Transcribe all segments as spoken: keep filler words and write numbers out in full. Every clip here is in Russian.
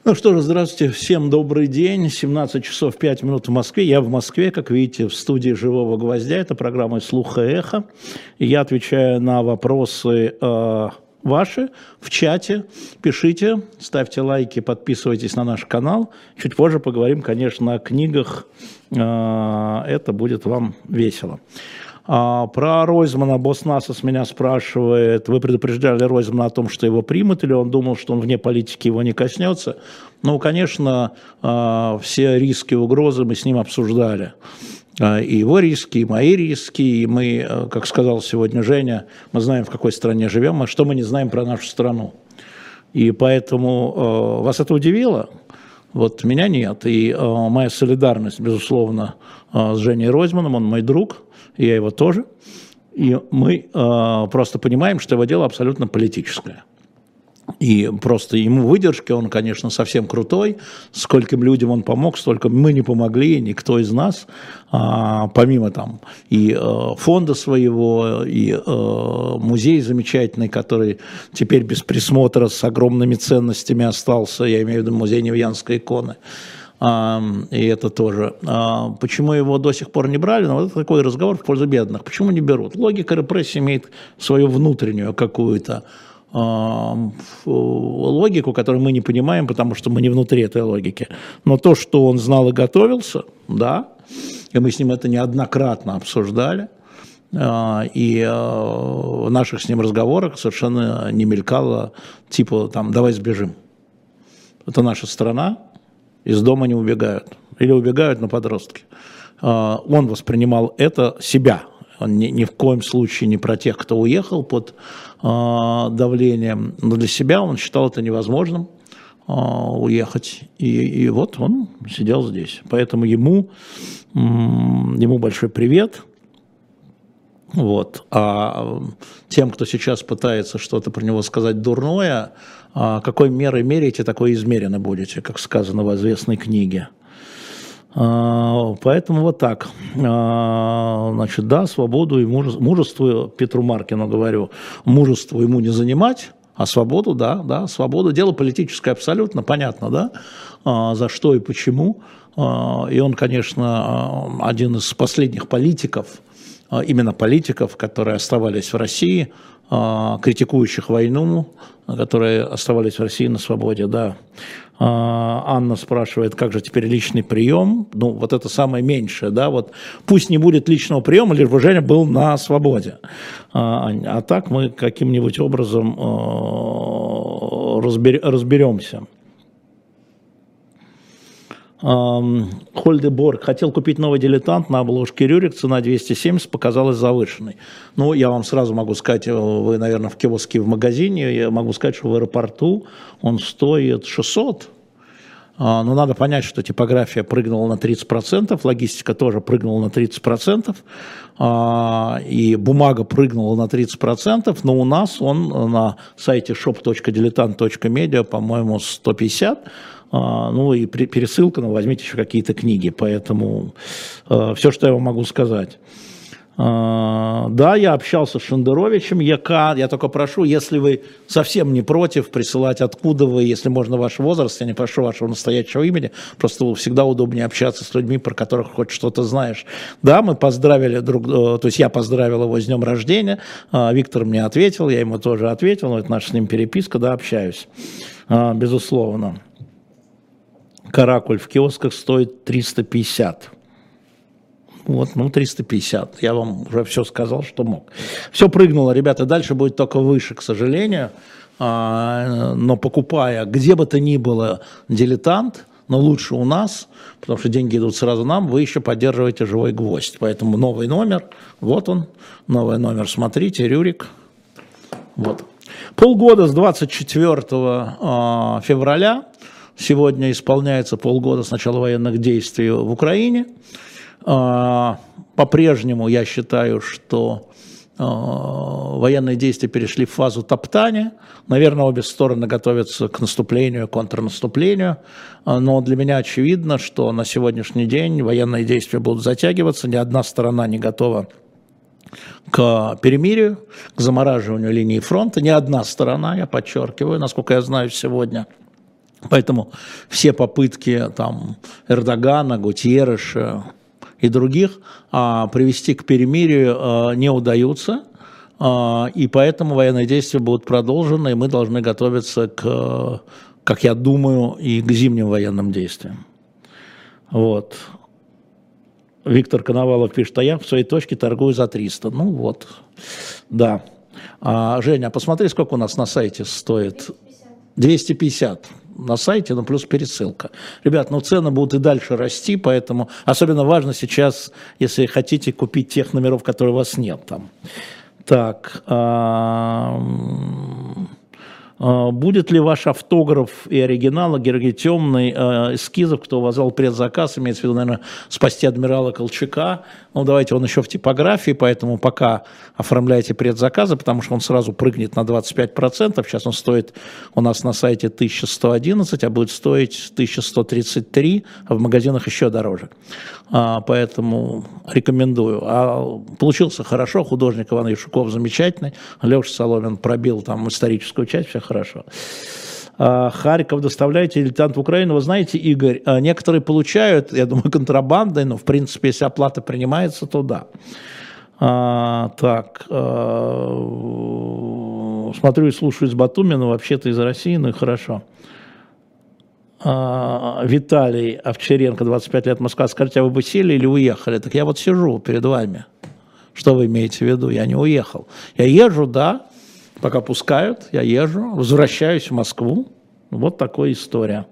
Ну что же, здравствуйте, всем добрый день. семнадцать часов пять минут в Москве. Я в Москве, как видите, в студии «Живого гвоздя». Это программа «Слух и эхо». И я отвечаю на вопросы э, ваши в чате. Пишите, ставьте лайки, подписывайтесь на наш канал. Чуть позже поговорим, конечно, о книгах. Э, это будет вам весело. А, про Ройзмана босс НАСА с меня спрашивает, вы предупреждали Ройзмана о том, что его примут, или он думал, что он вне политики его не коснется? Ну, конечно, а, все риски и угрозы мы с ним обсуждали. А, и его риски, и мои риски, и мы, как сказал сегодня Женя, мы знаем, в какой стране живем, а что мы не знаем про нашу страну. И поэтому а, вас это удивило? Вот меня нет. И а, моя солидарность, безусловно, а, с Женей Ройзманом, он мой друг, я его тоже, и мы э, просто понимаем, что его дело абсолютно политическое. И просто ему выдержки, он, конечно, совсем крутой, скольким людям он помог, столько мы не помогли, никто из нас, а, помимо там и э, фонда своего, и э, музей замечательный, который теперь без присмотра с огромными ценностями остался, я имею в виду музей Невьянской иконы. Uh, и это тоже. Uh, почему его до сих пор не брали? Ну, вот это такой разговор в пользу бедных. Почему не берут? Логика репрессий имеет свою внутреннюю какую-то uh, логику, которую мы не понимаем, потому что мы не внутри этой логики. Но то, что он знал и готовился, да, и мы с ним это неоднократно обсуждали, uh, и uh, в наших с ним разговорах совершенно не мелькало, типа, там, давай сбежим. Это наша страна. Из дома не убегают. Или убегают на подростки. Он воспринимал это себя. Он ни, ни в коем случае не про тех, кто уехал под давлением. Но для себя он считал это невозможным уехать. И, и вот он сидел здесь. Поэтому ему, ему большой привет. Вот. А тем, кто сейчас пытается что-то про него сказать дурное, какой мерой меряете, такой измерены будете, как сказано в известной книге. Поэтому вот так. Значит, да, свободу и мужество, Петру Маркину говорю, мужество ему не занимать, а свободу, да, да, свободу. Дело политическое абсолютно, понятно, да, за что и почему. И он, конечно, один из последних политиков, именно политиков, которые оставались в России, критикующих войну, которые оставались в России на свободе, да. Анна спрашивает, как же теперь личный прием? Ну, вот это самое меньшее, да, вот пусть не будет личного приема, лишь бы Женя был на свободе. А так мы каким-нибудь образом разберемся. Хольдеборг хотел купить новый дилетант на обложке Рюрик, цена двести семьдесят показалась завышенной. Ну, я вам сразу могу сказать, вы, наверное, в киоске, в магазине, я могу сказать, что в аэропорту он стоит шестьсот. Но надо понять, что типография прыгнула на тридцать процентов, логистика тоже прыгнула на тридцать процентов, и бумага прыгнула на тридцать процентов, но у нас он на сайте шоп точка дилетант точка медиа, по-моему, сто пятьдесят. Ну и пересылка, ну возьмите еще какие-то книги, поэтому э, все, что я вам могу сказать. Э, да, я общался с Шендеровичем, ЯК, я только прошу, если вы совсем не против, присылать откуда вы, если можно ваш возраст, я не прошу вашего настоящего имени, просто всегда удобнее общаться с людьми, про которых хоть что-то знаешь. Да, мы поздравили друг, э, то есть я поздравил его с днем рождения, э, Виктор мне ответил, я ему тоже ответил, но это наша с ним переписка, да, общаюсь, э, безусловно. Каракуль в киосках стоит триста пятьдесят. Вот, ну, триста пятьдесят. Я вам уже все сказал, что мог. Все прыгнуло, ребята, дальше будет только выше, к сожалению. А, но покупая, где бы то ни было, дилетант, но лучше у нас, потому что деньги идут сразу нам, вы еще поддерживаете «Живой гвоздь». Поэтому новый номер, вот он, новый номер, смотрите, Рюрик. Вот. Полгода с двадцать четвёртого февраля. Сегодня исполняется полгода с начала военных действий в Украине. По-прежнему я считаю, что военные действия перешли в фазу топтания. Наверное, обе стороны готовятся к наступлению, контрнаступлению. Но для меня очевидно, что на сегодняшний день военные действия будут затягиваться. Ни одна сторона не готова к перемирию, к замораживанию линии фронта. Ни одна сторона, я подчеркиваю, насколько я знаю сегодня. Поэтому все попытки там Эрдогана, Гутьерреша и других а, привести к перемирию а, не удаются, а, и поэтому военные действия будут продолжены, и мы должны готовиться к, как я думаю, и к зимним военным действиям. Вот. Виктор Коновалов пишет, а я в своей точке торгую за триста. Ну вот, да. А, Женя, посмотри, сколько у нас на сайте стоит. двести пятьдесят на сайте, ну плюс пересылка. Ребят, ну цены будут и дальше расти, поэтому особенно важно сейчас, если хотите купить тех номеров, которые у вас нет там. Так, а... будет ли ваш автограф и оригинал, Георгий Темный, эскизов, кто возвал предзаказ, имеется в виду, наверное, спасти адмирала Колчака. Ну, давайте, он еще в типографии, поэтому пока оформляйте предзаказы, потому что он сразу прыгнет на двадцать пять процентов. Сейчас он стоит у нас на сайте тысяча сто одиннадцать, а будет стоить тысяча сто тридцать три, а в магазинах еще дороже. А, поэтому рекомендую. А получился хорошо, художник Иван Яшуков замечательный, Леша Соломин пробил там историческую часть, все хорошо. Харьков доставляете, дилетант в Украину. Вы знаете, Игорь, некоторые получают, я думаю, контрабандой, но в принципе, если оплата принимается, то да. А, так, а, смотрю и слушаю из Батумина, вообще-то из России, ну и хорошо. А, Виталий Овчаренко, двадцать пять лет, Москва. Скажите, а вы бы сели или уехали? Так я вот сижу перед вами. Что вы имеете в виду? Я не уехал. Я езжу, да. Пока пускают, я езжу, возвращаюсь в Москву. Вот такая история.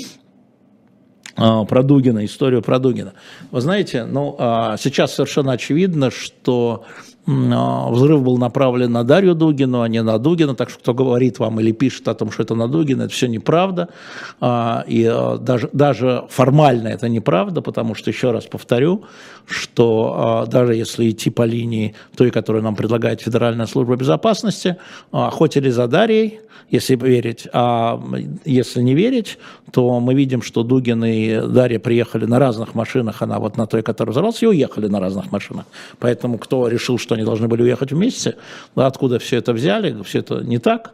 Про Дугина, историю про Дугина. Вы знаете, ну, сейчас совершенно очевидно, что взрыв был направлен на Дарью Дугину, а не на Дугина, так что кто говорит вам или пишет о том, что это на Дугина, это все неправда, и даже, даже формально это неправда, потому что, еще раз повторю, что даже если идти по линии той, которую нам предлагает Федеральная служба безопасности, охотились за Дарьей, если верить, а если не верить, то мы видим, что Дугин и Дарья приехали на разных машинах, она вот на той, которая взорвалась, и уехали на разных машинах. Поэтому кто решил, что они должны были уехать вместе, откуда все это взяли, все это не так.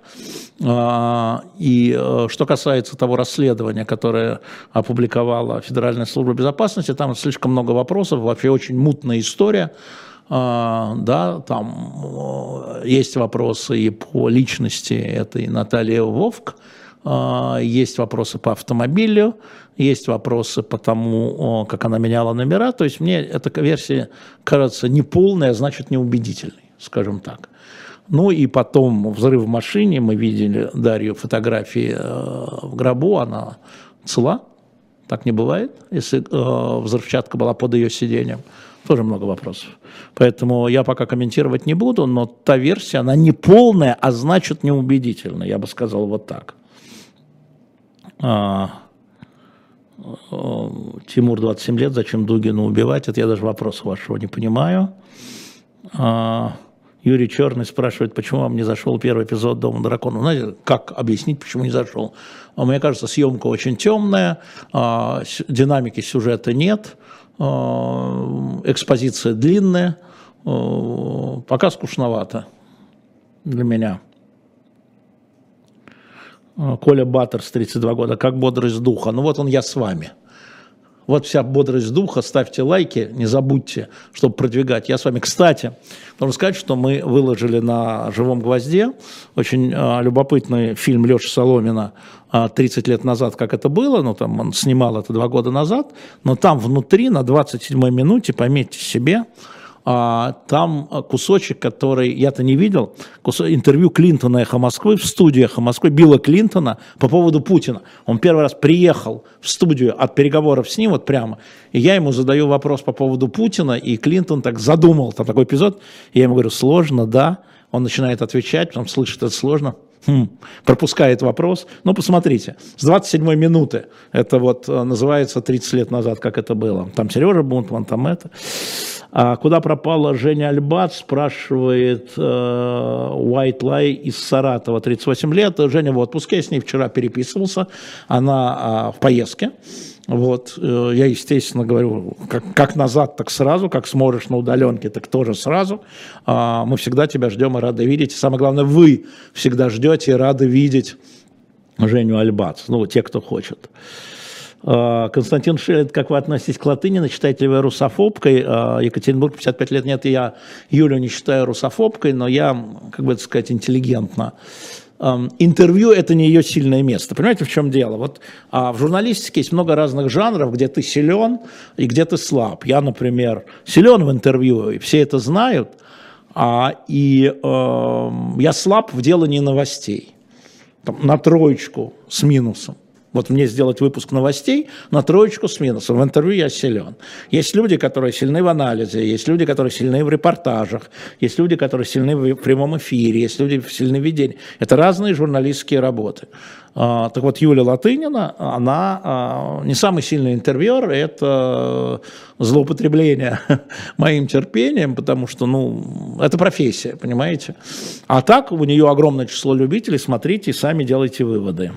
И что касается того расследования, которое опубликовала Федеральная служба безопасности, там слишком много вопросов, вообще очень мутная история. Да, там есть вопросы и по личности этой Натальи Вовк, есть вопросы по автомобилю, есть вопросы по тому, как она меняла номера. То есть мне эта версия кажется неполной, а значит неубедительной, скажем так. Ну и потом взрыв в машине, мы видели Дарью фотографии в гробу, она цела, так не бывает, если взрывчатка была под ее сиденьем. Тоже много вопросов. Поэтому я пока комментировать не буду, но та версия, она не полная, а значит неубедительная, я бы сказал вот так. А, а, Тимур, двадцать семь лет, зачем Дугину убивать? Это я даже вопроса вашего не понимаю. А, Юрий Черный спрашивает, почему вам не зашел первый эпизод «Дома дракона». Знаете, как объяснить, почему не зашел? Мне кажется, съемка очень темная, а, динамики сюжета нет, экспозиция длинная, пока скучновато для меня. Коля Баттерс, тридцать два года, как бодрость духа. Ну вот он, я с вами. Вот вся бодрость духа, ставьте лайки, не забудьте, чтобы продвигать. Я с вами. Кстати, должен сказать, что мы выложили на «Живом гвозде» очень а, любопытный фильм Леши Соломина а, тридцать лет назад, как это было, ну там он снимал это два года назад, но там внутри, на двадцать седьмой минуте, пометьте себе, а, там кусочек, который я-то не видел, кусок, интервью Клинтона «Эхо Москвы» в студии «Эхо Москвы» Билла Клинтона по поводу Путина. Он первый раз приехал в студию от переговоров с ним, вот прямо, и я ему задаю вопрос по поводу Путина, и Клинтон так задумал, там такой эпизод, и я ему говорю, сложно, да, он начинает отвечать, потом слышит, это сложно, хм, пропускает вопрос. Ну, посмотрите, с двадцать седьмой минуты, это вот называется тридцать лет назад, как это было. Там Сережа Бунтман, там это. А куда пропала Женя Альбат, спрашивает э, White Lie из Саратова, тридцать восемь лет. Женя в отпуске, я с ней вчера переписывался, она э, в поездке. Вот, э, я, естественно, говорю, как, как назад, так сразу, как сможешь на удаленке, так тоже сразу. Э, мы всегда тебя ждем и рады видеть. И самое главное, вы всегда ждете и рады видеть Женю Альбац, ну, те, кто хочет. Константин Шелет, как вы относитесь к Латынина? Считаете ли вы русофобкой? Екатеринбург, пятьдесят пять лет. Нет, я Юлю не считаю русофобкой, но я, как бы это сказать, интеллигентно. Интервью – это не ее сильное место. Понимаете, в чем дело? Вот а, в журналистике есть много разных жанров, где ты силен и где ты слаб. Я, например, силен в интервью, и все это знают, а, и э, я слаб в делании новостей. Там, на троечку с минусом. Вот мне сделать выпуск новостей на троечку с минусом. В интервью я силен. Есть люди, которые сильны в анализе, есть люди, которые сильны в репортажах, есть люди, которые сильны в прямом эфире, есть люди сильны в ведении. Это разные журналистские работы. А, так вот, Юлия Латынина, она а, не самый сильный интервьюер, это злоупотребление моим терпением, потому что, ну, это профессия, понимаете? А так у нее огромное число любителей, смотрите и сами делайте выводы.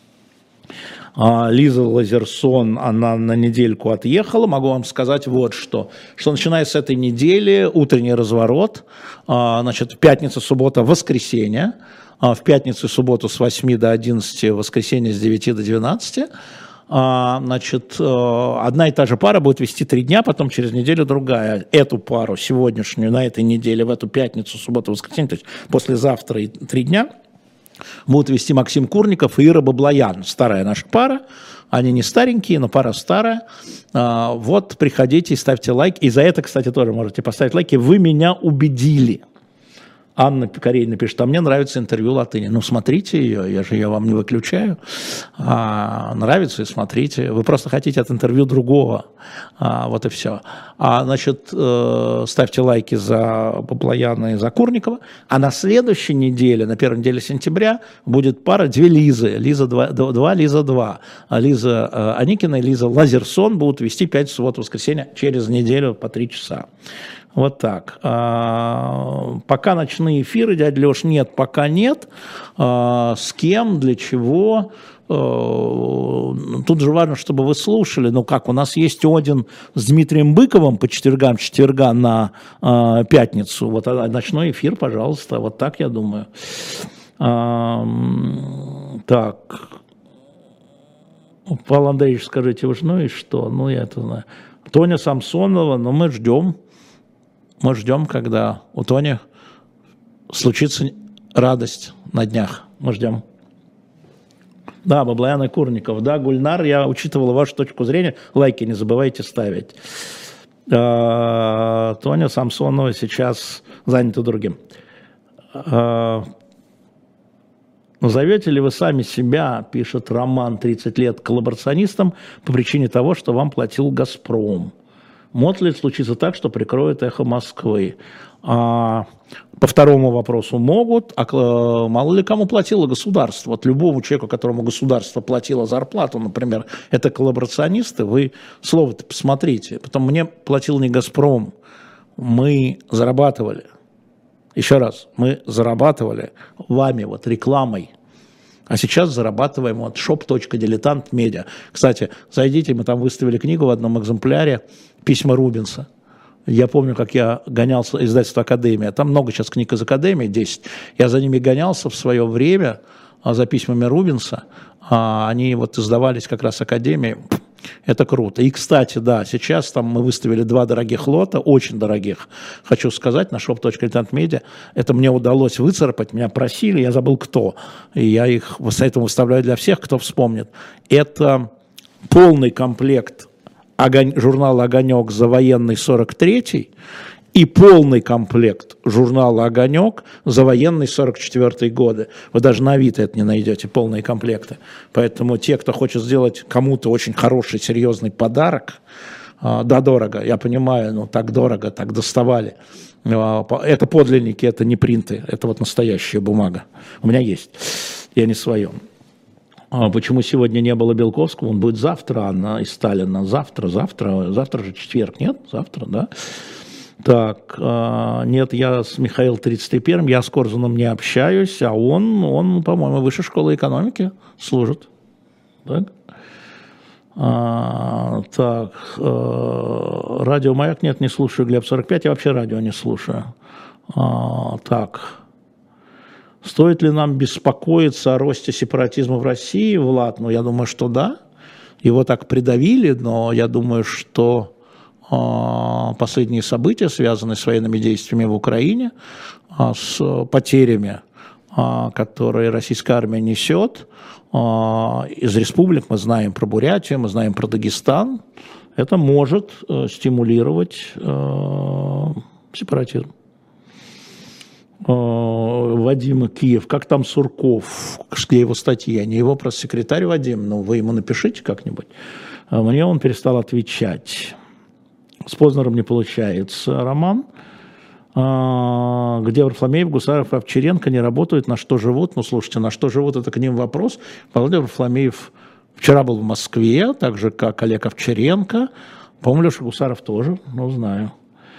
Лиза Лазерсон, она на недельку отъехала. Могу вам сказать вот что. Что начиная с этой недели утренний разворот, значит, пятница, суббота, воскресенье. В пятницу и субботу с восьми до одиннадцати, в воскресенье с девяти до двенадцати. Значит, одна и та же пара будет вести три дня, потом через неделю другая. Эту пару сегодняшнюю на этой неделе, в эту пятницу, субботу, воскресенье, то есть послезавтра и три дня, будут вести Максим Курников и Ира Баблоян. Старая наша пара. Они не старенькие, но пара старая. Вот, приходите и ставьте лайк. И за это, кстати, тоже можете поставить лайки. Вы меня убедили. Анна Каренина пишет, а мне нравится интервью Латынина. Ну, смотрите ее, я же ее вам не выключаю. А, нравится и смотрите. Вы просто хотите от интервью другого. А, вот и все. А, значит, э, ставьте лайки за Баблояна и за Курникова. А на следующей неделе, на первой неделе сентября, будет пара, две Лизы. Лиза два, Лиза два. А Лиза э, Аникина и Лиза Лазерсон будут вести пятницу, субботу, воскресенье через неделю по три часа. Вот так. А, пока ночные эфиры, дядя Леш, нет, пока нет. А, с кем, для чего? А, тут же важно, чтобы вы слушали. Ну как, у нас есть Один с Дмитрием Быковым по четвергам, четверга на а, пятницу. Вот а, ночной эфир, пожалуйста. Вот так, я думаю. А, так. Павел Андреевич, скажите, вы же, ну и что? Ну, я это знаю. Тоня Самсонова, но мы ждем. Мы ждем, когда у Тони случится радость на днях. Мы ждем. Да, Баблоян и Курников. Да, Гульнар, я учитывал вашу точку зрения. Лайки не забывайте ставить. А, Тоня Самсонова сейчас занята другим. А, назовете ли вы сами себя, пишет Роман, тридцать лет, коллаборационистом по причине того, что вам платил «Газпром»? Может ли случиться так, что прикроет «Эхо Москвы»? А, по второму вопросу могут. А мало ли кому платило государство? Вот любому человеку, которому государство платило зарплату, например, это коллаборационисты, вы слово-то посмотрите. Потом мне платил не «Газпром», мы зарабатывали. Еще раз, мы зарабатывали вами, вот рекламой. А сейчас зарабатываем вот шоп точка дилетант точка медиа. Кстати, зайдите, мы там выставили книгу в одном экземпляре «Письма Рубинса». Я помню, как я гонялся, издательство «Академия». Там много сейчас книг из «Академии», десять. Я за ними гонялся в свое время, за письмами Рубинса. Они вот издавались как раз «Академией». Это круто. И, кстати, да, сейчас там мы выставили два дорогих лота, очень дорогих, хочу сказать, на шоп точка дилетант точка медиа. Это мне удалось выцарапать, меня просили, я забыл кто. И я их поэтому выставляю для всех, кто вспомнит. Это полный комплект огонь, журнала «Огонек» за военный сорок третий и полный комплект журнала «Огонек» за военный сорок четвёртый годы. Вы даже на Авито это не найдете, полные комплекты. Поэтому те, кто хочет сделать кому-то очень хороший, серьезный подарок, да, дорого, я понимаю, ну так дорого, так доставали. Это подлинники, это не принты, это вот настоящая бумага. У меня есть, я не своем. Почему сегодня не было Белковского? Он будет завтра, Анна и Сталина. Завтра, завтра, завтра же четверг, нет? Завтра, да? Так, э, нет, я с Михаилом тридцать первым, я с Корзуном не общаюсь, а он, он, по-моему, высшей школы экономики служит. Так, а, так э, радио «Маяк» нет, не слушаю, Глеб сорок пять, я вообще радио не слушаю. А, так, Стоит ли нам беспокоиться о росте сепаратизма в России, Влад? Ну, я думаю, что да. Его так придавили, но я думаю, что э, последние события, связанные с военными действиями в Украине, э, с потерями, э, которые российская армия несет, э, из республик, мы знаем про Бурятию, мы знаем про Дагестан, это может э, стимулировать э, сепаратизм. Вадим Киев, как там Сурков, где его статьи, а не его пресс-секретарь Вадим, ну вы ему напишите как-нибудь. Мне он перестал отвечать. С Познером не получается, Роман. Где Варфломеев, Гусаров, Овчаренко не работают, на что живут? Ну слушайте, на что живут, это к ним вопрос. Володя Варфломеев вчера был в Москве, так же как Олег Овчаренко. По-моему, Леша Гусаров тоже, ну знаю.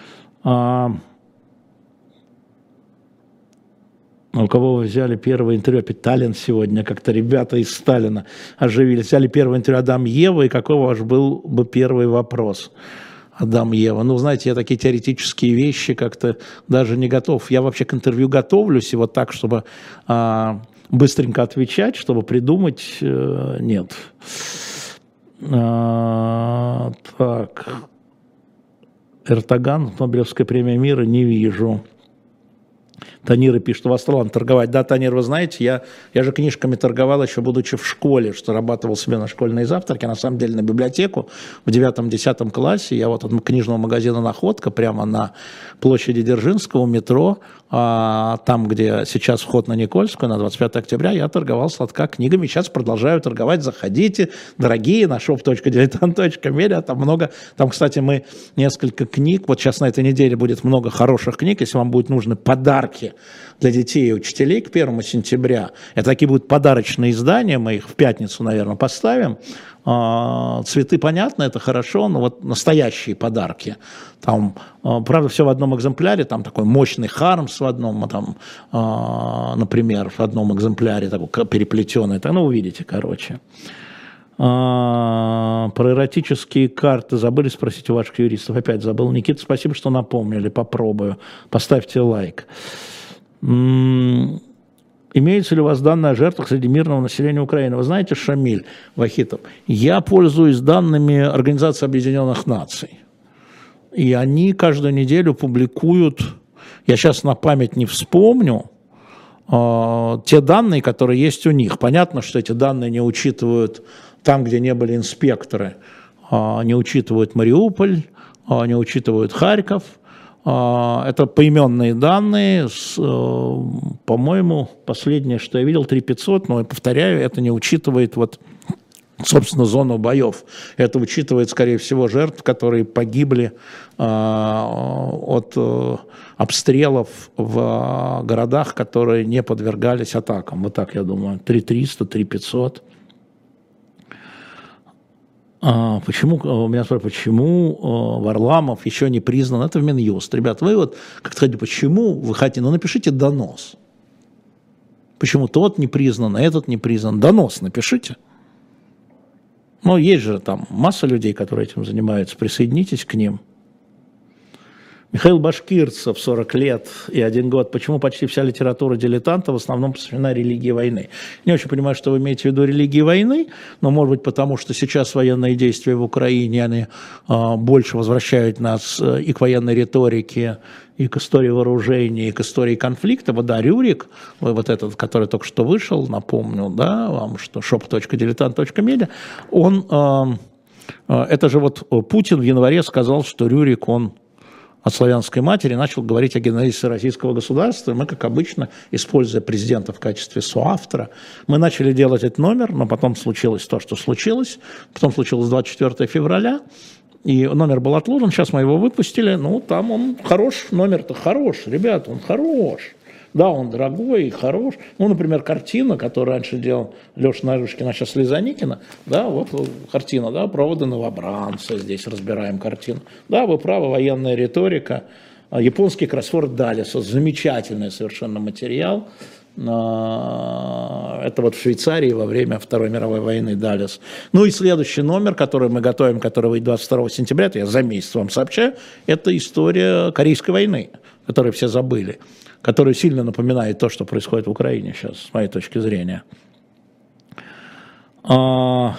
У кого вы взяли первое интервью? Опять Таллин сегодня, как-то ребята из Сталина оживились. Взяли первое интервью Адам Ева, и какой ваш был бы первый вопрос? Адам Ева. Ну, знаете, я такие теоретические вещи как-то даже не готов. Я вообще к интервью готовлюсь, и вот так, чтобы а, быстренько отвечать, чтобы придумать, э, нет. А, так. Эртоган, Нобелевская премия мира, не вижу. Танира пишет, у вас талант торговать. Да, Танир, вы знаете, я, я же книжками торговал еще будучи в школе, что зарабатывал себе на школьные завтраки, на самом деле на библиотеку в девятом-десятом классе. Я вот от книжного магазина «Находка» прямо на площади Дзержинского, у метро, а, там, где сейчас вход на Никольскую, на двадцать пятое октября, я торговал сладка книгами. Сейчас продолжаю торговать. Заходите, дорогие, на шоп точка дилетант точка медиа. Там много, там, кстати, мы несколько книг, вот сейчас на этой неделе будет много хороших книг, если вам будут нужны подарки для детей и учителей к первому сентября. Это такие будут подарочные издания, мы их в пятницу, наверное, поставим. Цветы, понятно, это хорошо, но вот настоящие подарки. Там, правда, все в одном экземпляре, там такой мощный Хармс в одном, там, например, в одном экземпляре, такой переплетенный, так, ну, увидите, короче. Про эротические карты забыли спросить у ваших юристов, опять забыл. Никита, спасибо, что напомнили, попробую. Поставьте лайк. Имеется ли у вас данные о жертвах среди мирного населения Украины? Вы знаете, Шамиль Вахитов, я пользуюсь данными Организации Объединенных Наций. И они каждую неделю публикуют, я сейчас на память не вспомню, э, те данные, которые есть у них. Понятно, что эти данные не учитывают там, где не были инспекторы, э, не учитывают Мариуполь, э, не учитывают Харьков. Это поименные данные, по-моему, последнее, что я видел, три тысячи пятьсот, но, я повторяю, это не учитывает, вот, собственно, зону боев. Это учитывает, скорее всего, жертв, которые погибли от обстрелов в городах, которые не подвергались атакам. Вот так, я думаю, три тысячи триста, три тысячи пятьсот. А, почему, меня спрашивают, почему Варламов еще не признан? Это в Минюст. Ребят, вы вот как-то хотите, почему вы хотите? Ну, напишите донос. Почему тот не признан, а этот не признан? Донос напишите. Ну, есть же там масса людей, которые этим занимаются. Присоединитесь к ним. Михаил Башкирцев, сорок лет и один год. Почему почти вся литература дилетанта в основном посвящена религии войны? Не очень понимаю, что вы имеете в виду религии войны, но, может быть, потому что сейчас военные действия в Украине, они а, больше возвращают нас и к военной риторике, и к истории вооружений, и к истории конфликта. Вот, да, Рюрик, вот этот, который только что вышел, напомню, да, вам, что шоп точка дилетант точка медиа, он, а, а, это же вот Путин в январе сказал, что Рюрик, он от славянской матери, начал говорить о генезисе российского государства. И мы, как обычно, используя президента в качестве соавтора, мы начали делать этот номер, но потом случилось то, что случилось. Потом случилось двадцать четвёртого февраля, и номер был отложен. Сейчас мы его выпустили. Ну, там он хорош, номер-то хорош, ребята, он хорош. Да, он дорогой и хорош. Ну, например, картина, которую раньше делал Леша Нарышкин, а сейчас Лиза Никина. Да, вот картина, да, «Проводы новобранца». Здесь разбираем картину. Да, вы правы, военная риторика. Японский кроссворд Далиса. Замечательный совершенно материал. Это вот в Швейцарии во время Второй мировой войны Далис. Ну и следующий номер, который мы готовим, который выйдет двадцать второго сентября, это я за месяц вам сообщаю, это история Корейской войны, которую все забыли. который сильно напоминает то, что происходит в Украине сейчас, с моей точки зрения. А...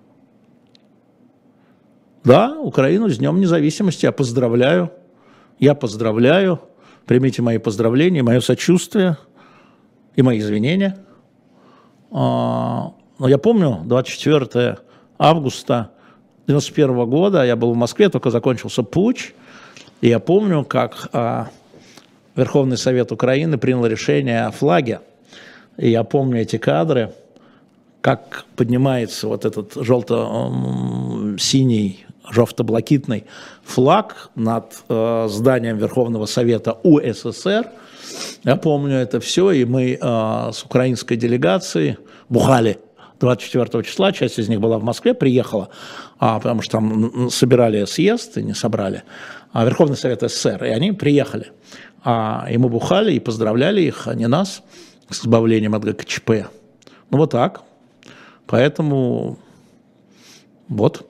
Да, Украину с Днем независимости я поздравляю. Я поздравляю. Примите мои поздравления, мое сочувствие и мои извинения. А... Но я помню, двадцать четвёртого августа девяносто первого года я был в Москве, только закончился путч. И я помню, как а, Верховный Совет Украины принял решение о флаге. И я помню эти кадры, как поднимается вот этот желто-синий, жовто-блакитный флаг над э, зданием Верховного Совета УССР. Я помню это все, и мы э, с украинской делегацией бухали двадцать четвёртого числа, часть из них была в Москве, приехала, а, потому что там собирали съезд и не собрали, а Верховный Совет СССР, и они приехали. А, и мы бухали и поздравляли их, а не нас, с избавлением от ГКЧП. Ну вот так. Поэтому вот.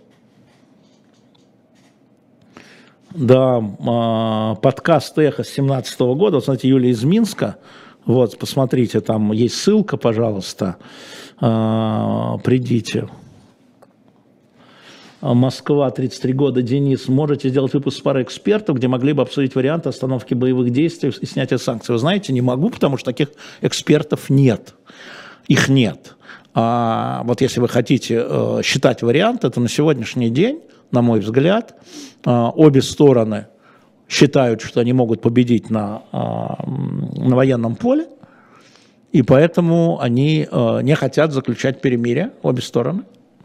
Да, а, подкаст «Эхо» с семнадцатого года, вот смотрите, Юлия из Минска, вот, посмотрите, там есть ссылка, пожалуйста, а, придите. Москва, тридцать три года, Денис, можете сделать выпуск с парой экспертов, где могли бы обсудить варианты остановки боевых действий и снятия санкций? Вы знаете, не могу, потому что таких экспертов нет, их нет. А вот если вы хотите э, считать варианты, то на сегодняшний день, на мой взгляд, э, обе стороны считают, что они могут победить на, э, на военном поле, и поэтому они э, не хотят заключать перемирие, обе стороны.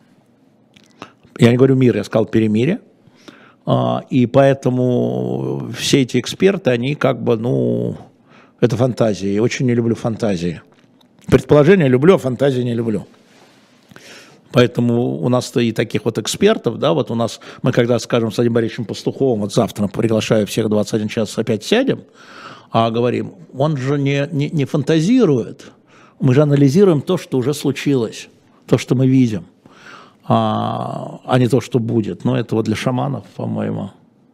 Я не говорю мир, я сказал перемирие. Э, и поэтому все эти эксперты, они как бы, ну, это фантазии. Я очень не люблю фантазии. Предположения люблю, а фантазии не люблю. Поэтому у нас-то и таких вот экспертов, да, вот у нас, мы когда скажем с Владимиром Борисовичем Пастуховым, вот завтра приглашаю всех двадцать один час, опять сядем, а говорим, он же не, не, не фантазирует, мы же анализируем то, что уже случилось, то, что мы видим, а, а не то, что будет. Но это вот для шаманов, по-моему.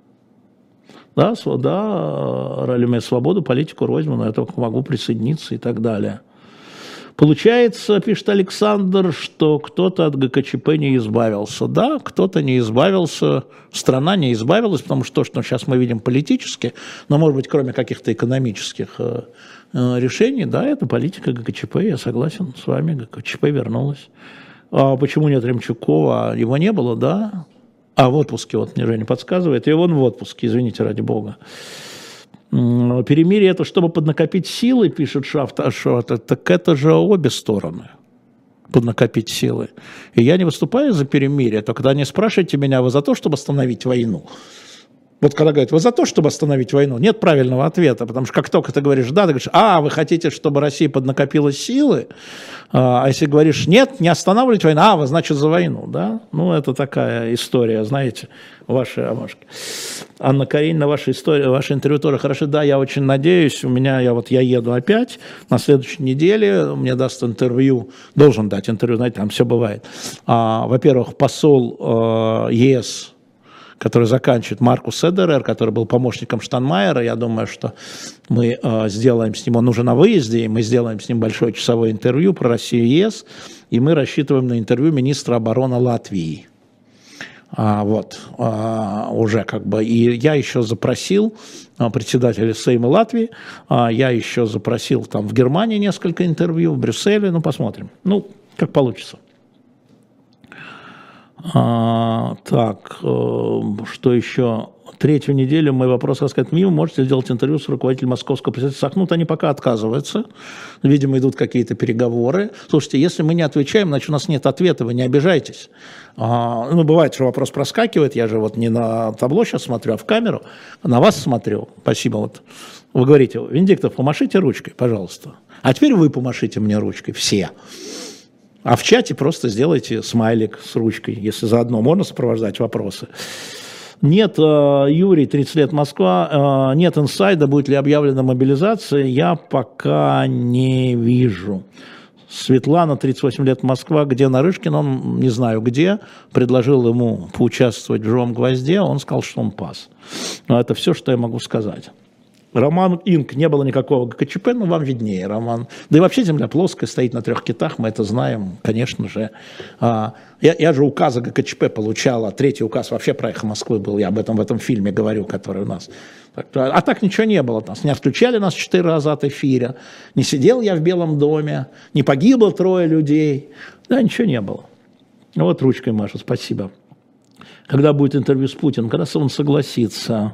Да, да, реализуя свободу, политику Ройзмана, я только могу присоединиться и так далее. Получается, пишет Александр, что кто-то от ГКЧП не избавился. Да, кто-то не избавился, страна не избавилась, потому что то, что сейчас мы видим политически, но, может быть, кроме каких-то экономических э, э, решений, да, это политика ГКЧП, я согласен с вами, ГКЧП вернулась. А почему нет Ремчукова? Его не было, да? А в отпуске, вот мне Женя подсказывает, и он в отпуске, извините, ради бога. Перемирие – это чтобы поднакопить силы, пишет Шафт Ашот, так это же обе стороны, поднакопить силы. И я не выступаю за перемирие, то когда они спрашиваете меня, вы за то, чтобы остановить войну? Вот когда говорят, вы за то, чтобы остановить войну? Нет правильного ответа, потому что как только ты говоришь «да», ты говоришь «а, вы хотите, чтобы Россия поднакопила силы», а если говоришь «нет, не останавливать войну», «а, вы, значит, за войну», да? Ну, это такая история, знаете, ваши ромашки. Анна Каренина, ваша история, ваше интервью тоже хорошо. Да, я очень надеюсь, у меня, я вот я еду опять на следующей неделе, мне даст интервью, должен дать интервью, знаете, там все бывает. А, во-первых, посол э, ЕС, который заканчивает, Маркус Седерер, который был помощником Штайнмайера. Я думаю, что мы э, сделаем с ним, он уже на выезде, и мы сделаем с ним большое часовое интервью про Россию и ЕС, и мы рассчитываем на интервью министра обороны Латвии. А, вот, а, уже как бы, и я еще запросил а, председателя Сейма Латвии, а, я еще запросил там в Германии несколько интервью, в Брюсселе, ну посмотрим, ну, как получится. А, так, э, что еще? Третью неделю мой вопрос рассказать мимо. Можете сделать интервью с руководителем московского представительства Сахнут? Они пока отказываются. Видимо, идут какие-то переговоры. Слушайте, если мы не отвечаем, значит, у нас нет ответа, вы не обижайтесь. А, ну, бывает, что вопрос проскакивает. Я же вот не на табло сейчас смотрю, а в камеру. На вас смотрю. Спасибо. Вот. Вы говорите, Венедиктов, помашите ручкой, пожалуйста. А теперь вы помашите мне ручкой, все. А в чате просто сделайте смайлик с ручкой, если заодно можно сопровождать вопросы. Нет, Юрий, тридцать лет, Москва, нет инсайда, будет ли объявлена мобилизация, я пока не вижу. Светлана, тридцать восемь лет, Москва, где Нарышкин, он не знаю где, предложил ему поучаствовать в «Живом гвозде», он сказал, что он пас. Но это все, что я могу сказать. Роман Инк, не было никакого ГКЧП, но вам виднее, Роман. Да и вообще земля плоская, стоит на трех китах, мы это знаем, конечно же. Я, я же указы ГКЧП получал, а третий указ вообще про «Эхо Москвы» был, я об этом в этом фильме говорю, который у нас. А так ничего не было, нас не отключали нас четыре раза от эфира, не сидел я в Белом доме, не погибло трое людей, да, ничего не было. Вот ручкой машу, спасибо. Когда будет интервью с Путиным, когда он согласится...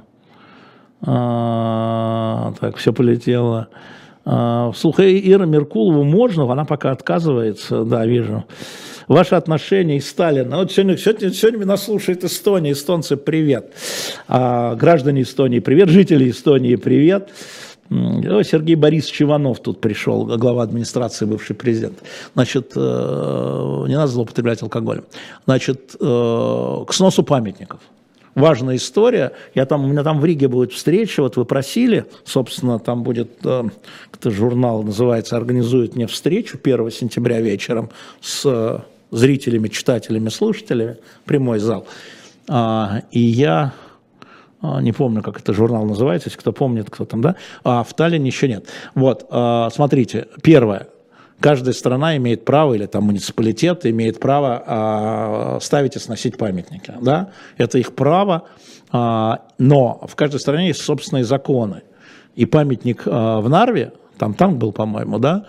А, так, все полетело. А, слушай, Ира Меркулову можно, она пока отказывается, да, вижу. Ваши отношения и Сталина. Вот сегодня, сегодня, сегодня нас слушает Эстония, эстонцы, привет. А, граждане Эстонии, привет, жители Эстонии, привет. О, Сергей Борисович Иванов тут пришел, глава администрации, бывший президент. Значит, э, не надо злоупотреблять алкоголем. Значит, э, к сносу памятников. Важная история. Я там, у меня там в Риге будет встреча, вот вы просили, собственно, там будет, э, это журнал называется, организует мне встречу первого сентября вечером с э, зрителями, читателями, слушателями, прямой зал. А, и я а, не помню, как это журнал называется, если кто помнит, кто там, да, а в Таллине еще нет. Вот, а, смотрите, первое. Каждая страна имеет право, или там муниципалитет имеет право а, ставить и сносить памятники. Да? Это их право, а, но в каждой стране есть собственные законы. И памятник а, в Нарве, там танк был, по-моему, да,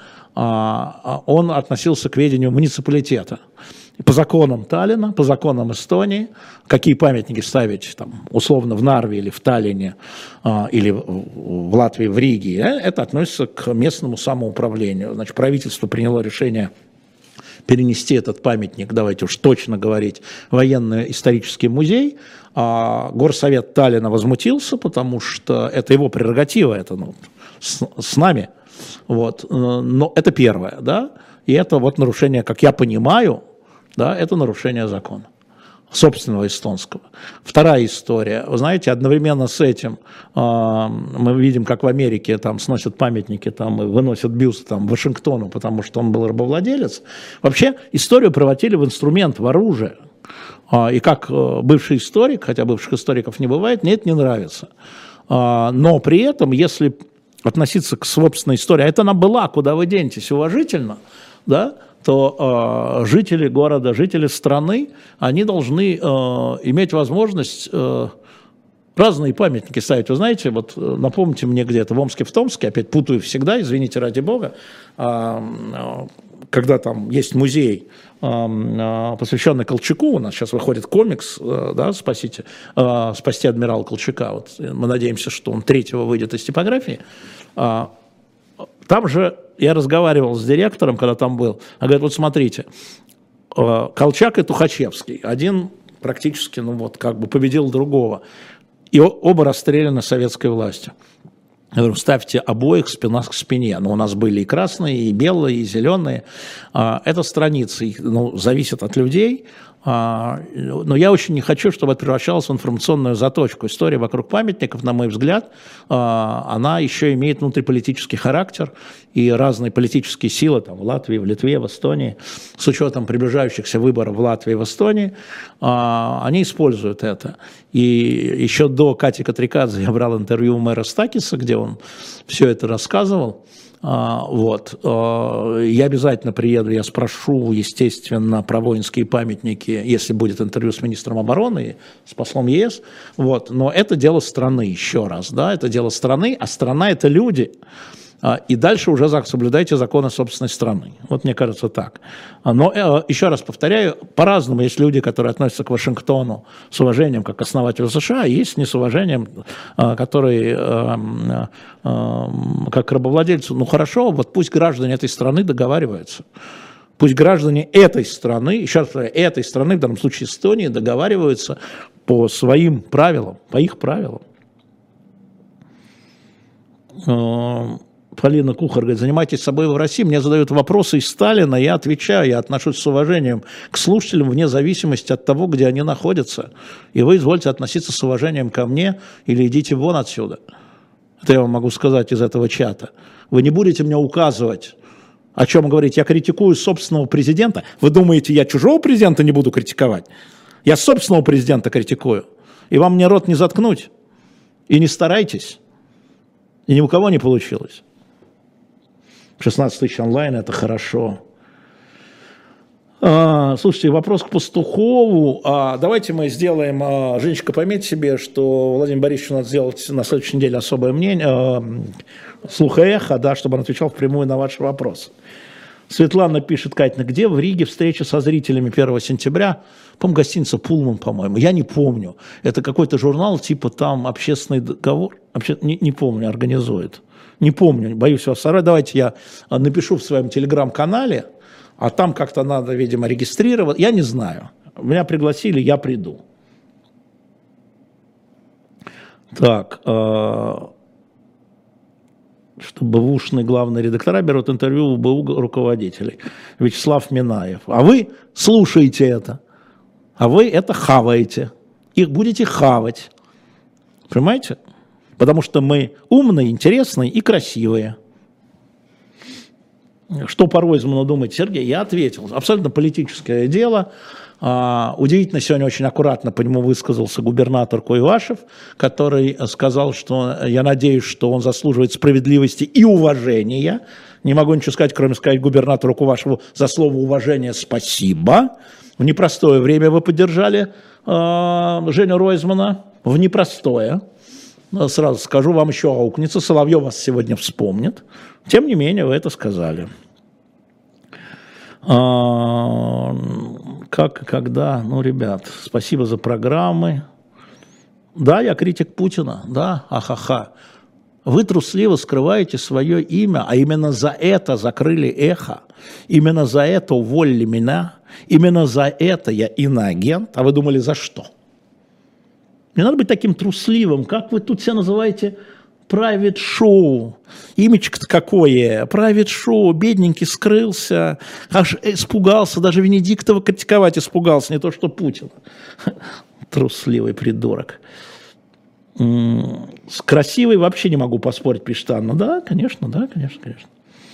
а, он относился к ведению муниципалитета. И по законам Таллина, по законам Эстонии, какие памятники ставить там, условно в Нарве или в Таллине, а, или в, в Латвии, в Риге, э, это относится к местному самоуправлению. Значит, правительство приняло решение перенести этот памятник, давайте уж точно говорить, в военно-исторический музей. А горсовет Таллина возмутился, потому что это его прерогатива, это ну, с, с нами. Вот. Но это первое, да, и это вот нарушение, как я понимаю, да, это нарушение закона, собственного эстонского. Вторая история. Вы знаете, одновременно с этим э, мы видим, как в Америке там сносят памятники там, и выносят бюст там, Вашингтону, потому что он был рабовладелец. Вообще историю превратили в инструмент, в оружие. Э, и как э, бывший историк, хотя бывших историков не бывает, мне это не нравится. Э, но при этом, если относиться к собственной истории, а это она была, куда вы денетесь, уважительно, да, то э, жители города, жители страны, они должны э, иметь возможность э, разные памятники ставить. Вы знаете, вот напомните мне где-то в Омске, в Томске, опять путаю всегда, извините ради бога, э, когда там есть музей, э, посвященный Колчаку, у нас сейчас выходит комикс, э, да, спасите, э, «Спасти адмирала Колчака», вот, мы надеемся, что он третьего выйдет из типографии. э, Там же я разговаривал с директором, когда там был. Он говорит, вот смотрите, Колчак и Тухачевский. Один практически, ну вот, как бы победил другого. И оба расстреляны советской властью. Я говорю, ставьте обоих спина к спине. Но у нас были и красные, и белые, и зеленые. Это страницы, ну, зависит от людей. Но я очень не хочу, чтобы это превращалось в информационную заточку. История вокруг памятников, на мой взгляд, она еще имеет внутриполитический характер, и разные политические силы там, в Латвии, в Литве, в Эстонии, с учетом приближающихся выборов в Латвии и в Эстонии, они используют это. И еще до Кати Катрикадзе я брал интервью у мэра Стакиса, где он все это рассказывал. Вот. Я обязательно приеду, я спрошу, естественно, про воинские памятники, если будет интервью с министром обороны, с послом ЕС. Вот. Но это дело страны, еще раз. Да? Это дело страны, а страна – это люди. И дальше уже соблюдайте законы собственной страны. Вот мне кажется так. Но еще раз повторяю, по-разному есть люди, которые относятся к Вашингтону с уважением как к основателю США, а есть не с уважением, которые как к рабовладельцу. Ну хорошо, вот пусть граждане этой страны договариваются. Пусть граждане этой страны, еще раз повторяю, этой страны, в данном случае Эстонии, договариваются по своим правилам, по их правилам. Полина Кухар говорит, занимайтесь собой в России. Мне задают вопросы из Сталина, я отвечаю, я отношусь с уважением к слушателям вне зависимости от того, где они находятся. И вы извольте относиться с уважением ко мне или идите вон отсюда. Это я вам могу сказать из этого чата. Вы не будете мне указывать, о чем говорить. Я критикую собственного президента. Вы думаете, я чужого президента не буду критиковать? Я собственного президента критикую. И вам мне рот не заткнуть. И не старайтесь. И ни у кого не получилось. шестнадцать тысяч онлайн – это хорошо. А, слушайте, вопрос к Пастухову. А, давайте мы сделаем, а, Женечка, пометь себе, что Владимир Борисовичу надо сделать на следующей неделе особое мнение, а, слух и эхо, да, чтобы он отвечал впрямую на ваши вопросы. Светлана пишет: Катя, где в Риге встреча со зрителями первого сентября? По-моему, гостиница Пулман, по-моему. Я не помню. Это какой-то журнал, типа там общественный договор. Обще... Не, не помню, организует. Не помню, боюсь вас сорвать. Давайте я напишу в своем телеграм-канале, а там как-то надо, видимо, регистрировать. Я не знаю. Меня пригласили, я приду. Так. Э... Что бэушные главные редактора берут интервью у БУ руководителей. Вячеслав Минаев. А вы слушаете это. А вы это хаваете. Их будете хавать. Понимаете? Потому что мы умные, интересные и красивые. Что по Ройзману думает Сергей? Я ответил. Абсолютно политическое дело. А, удивительно, сегодня очень аккуратно по нему высказался губернатор Куйвашев, который сказал, что я надеюсь, что он заслуживает справедливости и уважения. Не могу ничего сказать, кроме сказать губернатору Куйвашеву за слово уважения спасибо. В непростое время вы поддержали а, Женю Ройзмана. В непростое. Сразу скажу, вам еще аукнется. Соловьев вас сегодня вспомнит. Тем не менее, вы это сказали. А, как и когда? Ну, ребят, спасибо за программы. Да, я критик Путина. Да, ахаха. Вы трусливо скрываете свое имя, а именно за это закрыли эхо. Именно за это уволили меня. Именно за это я иноагент. А вы думали, за что? Не надо быть таким трусливым. Как вы тут себя называете? Private show. Имечко-то какое. Private show. Бедненький скрылся. Аж испугался. Даже Венедиктова критиковать испугался. Не то, что Путина. Трусливый придурок. С красивой вообще не могу поспорить, пишет Анна. Да, конечно, да, конечно, конечно.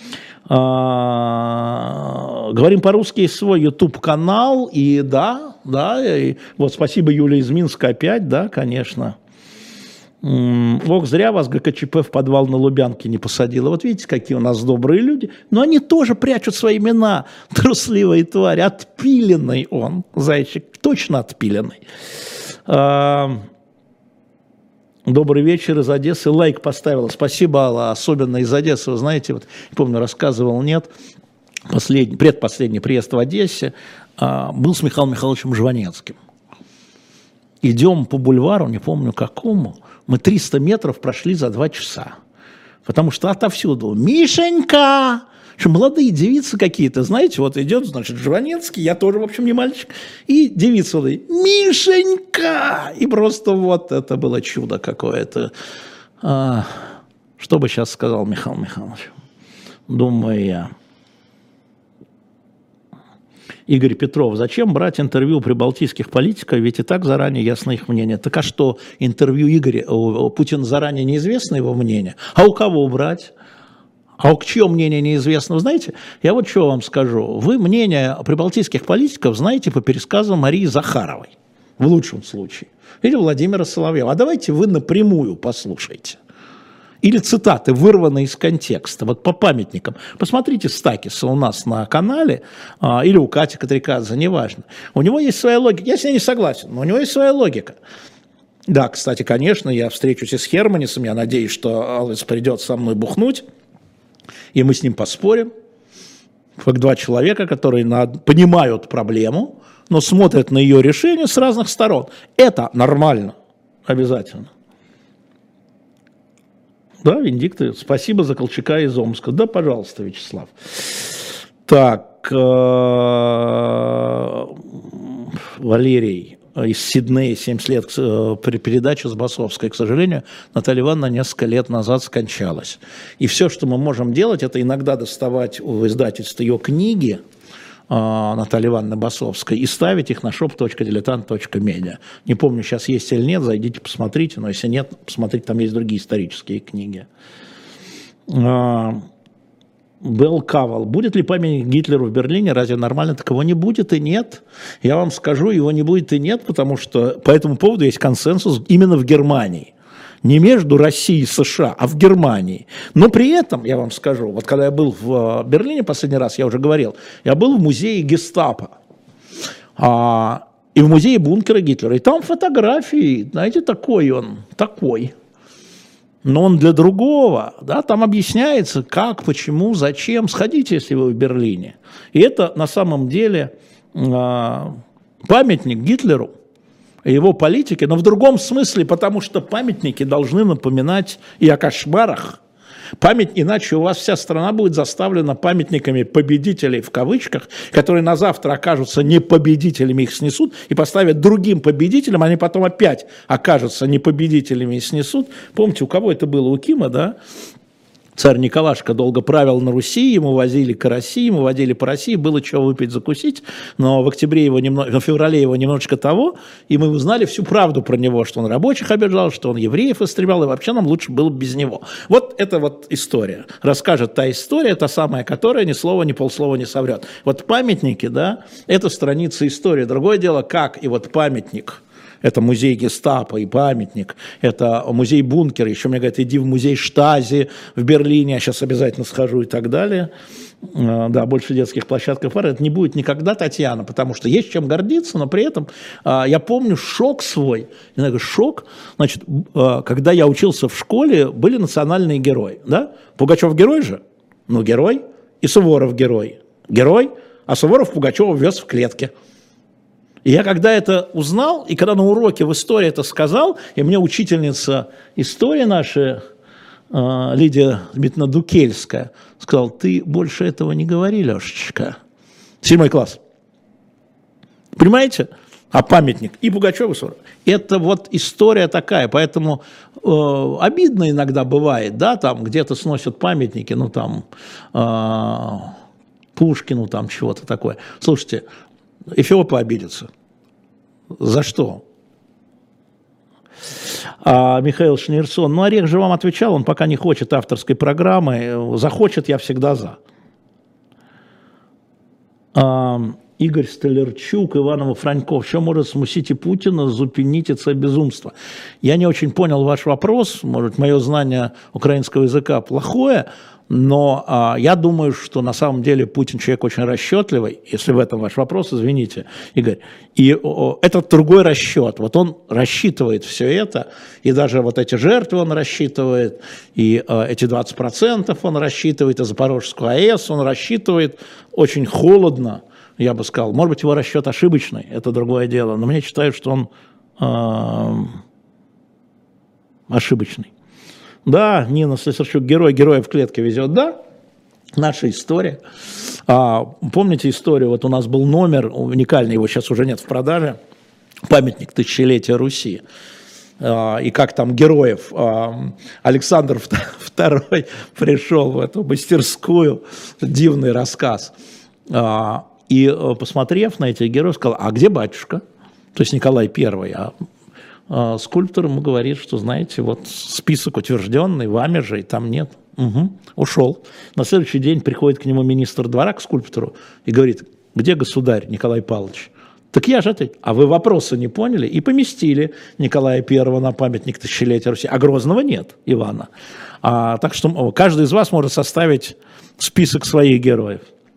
А, говорим по-русски, есть свой YouTube-канал. И да, да. И вот спасибо Юле из Минска опять. Да, конечно. Ох, зря вас ГКЧП в подвал на Лубянке не посадила. Вот видите, какие у нас добрые люди. Но они тоже прячут свои имена. Трусливые твари. Отпиленный он, зайчик. Точно отпиленный. А, добрый вечер из Одессы. Лайк поставила. Спасибо, Алла. Особенно из Одессы. Вы знаете, вот, не помню, рассказывал, нет. Последний, предпоследний приезд в Одессе а, был с Михаилом Михайловичем Жванецким. Идем по бульвару, не помню какому. Мы триста метров прошли за два часа. Потому что отовсюду «Мишенька!» Что молодые девицы какие-то, знаете, вот идет, значит, Жванецкий, я тоже, в общем, не мальчик, и девица вот «Мишенька!» И просто вот это было чудо какое-то. А, что бы сейчас сказал Михаил Михайлович? Думаю я. Игорь Петров, зачем брать интервью у прибалтийских политиков, ведь и так заранее ясно их мнение. Так а что, интервью Игоря, у Путина заранее неизвестно его мнение? А у кого брать? А у чье мнение неизвестно? Вы знаете, я вот что вам скажу. Вы мнение прибалтийских политиков знаете по пересказам Марии Захаровой, в лучшем случае, или Владимира Соловьева. А давайте вы напрямую послушайте. Или цитаты, вырванные из контекста, вот по памятникам. Посмотрите Стакиса у нас на канале, а, или у Кати Катрикадзе, неважно. У него есть своя логика. Я с ней не согласен, но у него есть своя логика. Да, кстати, конечно, я встречусь и с Херманисом, я надеюсь, что Алвис придет со мной бухнуть, и мы с ним поспорим. Как два человека, которые над... понимают проблему, но смотрят на ее решение с разных сторон. Это нормально, обязательно. Да, Венедикт, спасибо за Колчака из Омска. Да, пожалуйста, Вячеслав. Так, Валерий из Сиднея, семьдесят лет, при передаче с Басовской. К сожалению, Наталья Ивановна несколько лет назад скончалась. И все, что мы можем делать, это иногда доставать в издательство ее книги, Натальи Ивановны Басовской, и ставить их на шоп точка дилетант точка медиа. Не помню, сейчас есть или нет, зайдите, посмотрите, но если нет, посмотрите, там есть другие исторические книги. Белл Кавал. Будет ли памятник Гитлеру в Берлине? Разве нормально? Так его не будет и нет. Я вам скажу, его не будет и нет, потому что по этому поводу есть консенсус именно в Германии. не между Россией и США, а в Германии. Но при этом, я вам скажу, вот когда я был в Берлине последний раз, я уже говорил, я был в музее гестапо а, и в музее бункера Гитлера. И там фотографии, знаете, такой он, такой. Но он для другого, да, там объясняется, как, почему, зачем. Сходите, если вы в Берлине. И это на самом деле а, памятник Гитлеру, его политике, но в другом смысле, потому что памятники должны напоминать и о кошмарах. Память, иначе у вас вся страна будет заставлена памятниками победителей в кавычках, которые на завтра окажутся не победителями, их снесут, и поставят другим победителям, они потом опять окажутся не победителями и снесут. Помните, у кого это было? У Кима, да? Царь Николашка долго правил на Руси, ему возили караси, ему водили по России, было чего выпить, закусить, но в октябре его немного, в феврале его немножечко того, и мы узнали всю правду про него, что он рабочих обижал, что он евреев истреблял, и вообще нам лучше было без него. Вот это вот история. Расскажет та история, та самая, которая ни слова, ни полслова не соврет. Вот памятники, да, это страница истории. Другое дело, как и вот памятник. Это музей гестапо и памятник, это музей бункера, еще мне говорят, иди в музей Штази в Берлине, я сейчас обязательно схожу и так далее. Да, больше детских площадок, это не будет никогда, Татьяна, потому что есть чем гордиться, но при этом я помню шок свой, шок, значит, когда я учился в школе, были национальные герои, да, Пугачев герой же, ну герой, и Суворов герой, герой, а Суворов Пугачева вез в клетке. И я когда это узнал, и когда на уроке в истории это сказал, и мне учительница истории наша, э, Лидия Дмитриевна Дукельская, сказала, ты больше этого не говори, Лешечка. Седьмой класс. Понимаете? А памятник и Пугачеву. Это вот история такая, поэтому э, обидно иногда бывает, да, там где-то сносят памятники, ну там э, Пушкину, там чего-то такое. Слушайте, Эфиопы обидятся. За что? А Михаил Шнирсон, ну Орех же вам отвечал, он пока не хочет авторской программы, захочет, я всегда за. А, Игорь Столярчук, Иванова Франьков, что может смусить и Путина, зупинить это безумство? Я не очень понял ваш вопрос, может, мое знание украинского языка плохое, но а, я думаю, что на самом деле Путин человек очень расчетливый, если в этом ваш вопрос, извините, Игорь. И о, это другой расчет. Вот он рассчитывает все это, и даже вот эти жертвы он рассчитывает, и а, эти двадцать процентов он рассчитывает, и Запорожскую АЭС он рассчитывает очень холодно, я бы сказал. Может быть, его расчет ошибочный, это другое дело, но мне считают, что он а, ошибочный. Да, Нина Слесарчук, герой героя в клетке везет, да, наша история. А, помните историю, вот у нас был номер уникальный, его сейчас уже нет в продаже, памятник тысячелетия Руси. А, и как там героев, а, Александр второй пришел в эту мастерскую, дивный рассказ. А, и посмотрев на этих героев, сказал, а где батюшка? То есть Николай Первый, а скульптор ему говорит, что, знаете, вот список утвержденный вами же, и там нет. Угу. Ушел. На следующий день приходит к нему министр двора, к скульптору, и говорит, где государь Николай Павлович? Так я же ответил, а вы вопросы не поняли? И поместили Николая Первого на памятник тысячелетия Руси. А Грозного нет, Ивана. А, так что каждый из вас может составить список своих героев.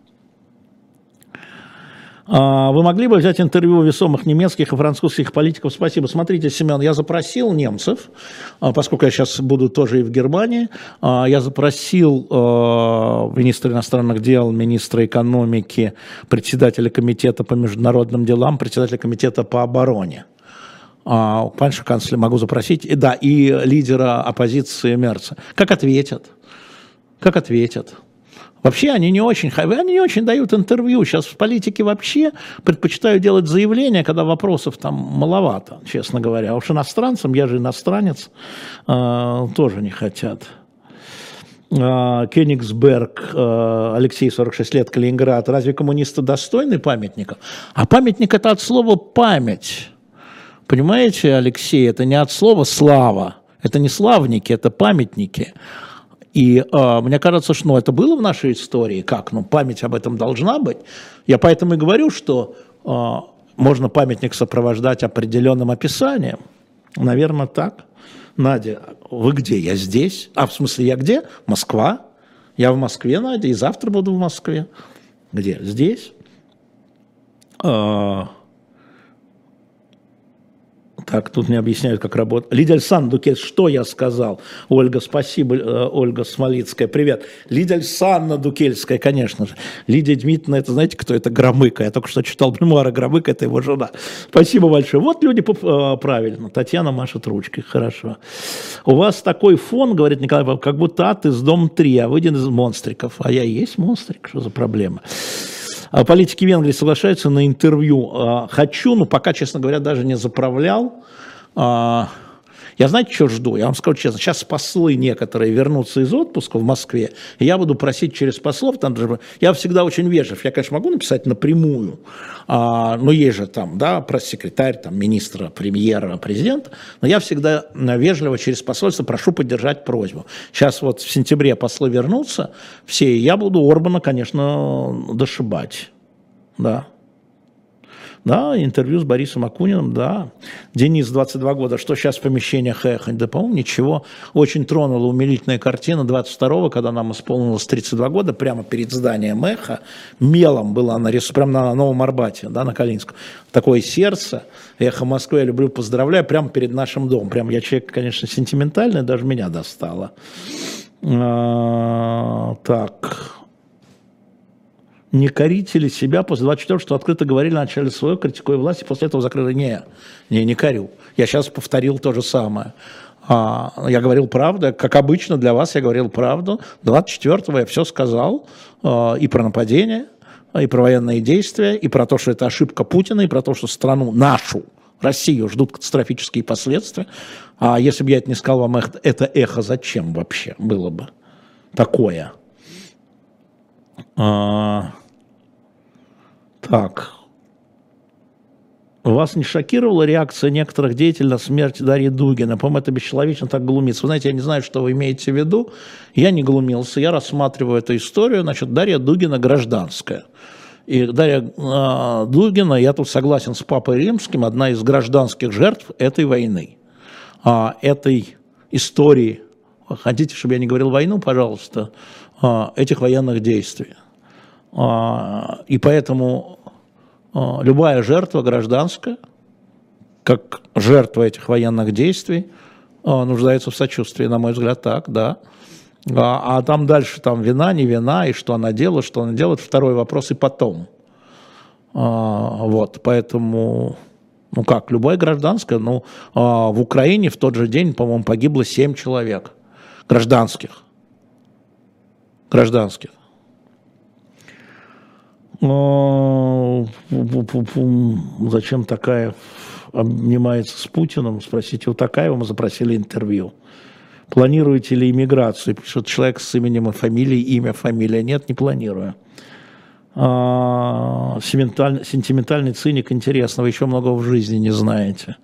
Вы могли бы взять интервью весомых немецких и французских политиков? Спасибо. Смотрите, Семен, я запросил немцев, поскольку я сейчас буду тоже и в Германии, я запросил министра иностранных дел, министра экономики, председателя комитета по международным делам, председателя комитета по обороне. Панша канцлера могу запросить, и, да, и лидера оппозиции Мерца. Как ответят? Как ответят? Вообще они не очень, они не очень дают интервью. Сейчас в политике вообще предпочитают делать заявления, когда вопросов там маловато, честно говоря. А уж иностранцам, я же иностранец, э, тоже не хотят. Э, Кёнигсберг, э, Алексей, сорок шесть лет, Калининград. Разве коммунисты достойны памятника? А памятник – это от слова «память». Понимаете, Алексей, это не от слова «слава». Это не славники, это памятники. И э, мне кажется, что ну, это было в нашей истории, как, ну, память об этом должна быть. Я поэтому и говорю, что э, можно памятник сопровождать определенным описанием. Наверное, так. Надя, вы где? Я здесь. А, в смысле, я где? Москва. Я в Москве, Надя, и завтра буду в Москве. Где? Здесь. А... Так, тут мне объясняют, как работать. Лидия Александровна, что я сказал? Ольга, спасибо, Ольга Смолицкая, привет. Лидия Александровна Дукельская, конечно же. Лидия Дмитриевна, это знаете, кто это? Громыко. Я только что читал мемуары Громыко, это его жена. Спасибо большое. Вот люди правильно. Татьяна машет ручкой, хорошо. У вас такой фон, говорит Николай, как будто ад из Дом три, а вы один из монстриков. А я и есть монстрик, что за проблема? Политики Венгрии соглашаются на интервью. Хочу, но пока, честно говоря, даже не заправлял. Я, знаете, что жду? Я вам скажу честно, сейчас послы некоторые вернутся из отпуска в Москве, и я буду просить через послов, там же, я всегда очень вежлив, я, конечно, могу написать напрямую, а, но есть же там, да, пресс-секретарь, там, министра, премьера, президента, но я всегда вежливо через посольство прошу поддержать просьбу. Сейчас вот в сентябре послы вернутся все, и я буду Орбана, конечно, дошибать, да. Да, интервью с Борисом Акуниным, да. Денис, двадцать два года, что сейчас в помещениях Эхо? Да, по-моему, ничего. Очень тронула умилительная картина двадцать второго, когда нам исполнилось тридцать два года, прямо перед зданием Эхо, мелом была нарисована, прямо на Новом Арбате, да, на Калининском. Такое сердце, Эхо Москвы, я люблю, поздравляю, прямо перед нашим домом. Прям я человек, конечно, сентиментальный, даже меня достало. А, так... Не корите ли себя после двадцать четвёртого, что открыто говорили о начале свое, критикуя власть, и после этого закрыли? Не, не, не корю. Я сейчас повторил то же самое. А, я говорил правду, как обычно для вас я говорил правду. двадцать четвёртого я все сказал, а, и про нападение, и про военные действия, и про то, что это ошибка Путина, и про то, что страну нашу, Россию, ждут катастрофические последствия. А если бы я это не сказал вам, это, это эхо зачем вообще было бы такое? А, так. Вас не шокировала реакция некоторых деятелей на смерть Дарьи Дугина? По-моему, это бесчеловечно так глумиться. Вы знаете, я не знаю, что вы имеете в виду. Я не глумился, я рассматриваю эту историю. Значит, Дарья Дугина гражданская. И Дарья э, Дугина, я тут согласен с Папой Римским, одна из гражданских жертв этой войны, э, этой истории. Хотите, чтобы я не говорил войну, пожалуйста, э, этих военных действий. Э, и поэтому э, любая жертва гражданская, как жертва этих военных действий, э, нуждается в сочувствии, на мой взгляд, так, да. А, а там дальше там вина, не вина, и что она делала, что она делает, второй вопрос и потом. А, вот, поэтому, ну как, любая гражданская, ну, а, в Украине в тот же день, по-моему, погибло семь человек гражданских. Гражданских. А, зачем Токаев обнимается с Путиным? Спросите у Токаева, мы запросили интервью. Планируете ли иммиграцию? Пишет человек с именем и фамилией, имя, фамилия. Нет, не планирую. А, сентиментальный, сентиментальный циник, интересно, вы еще много в жизни не знаете.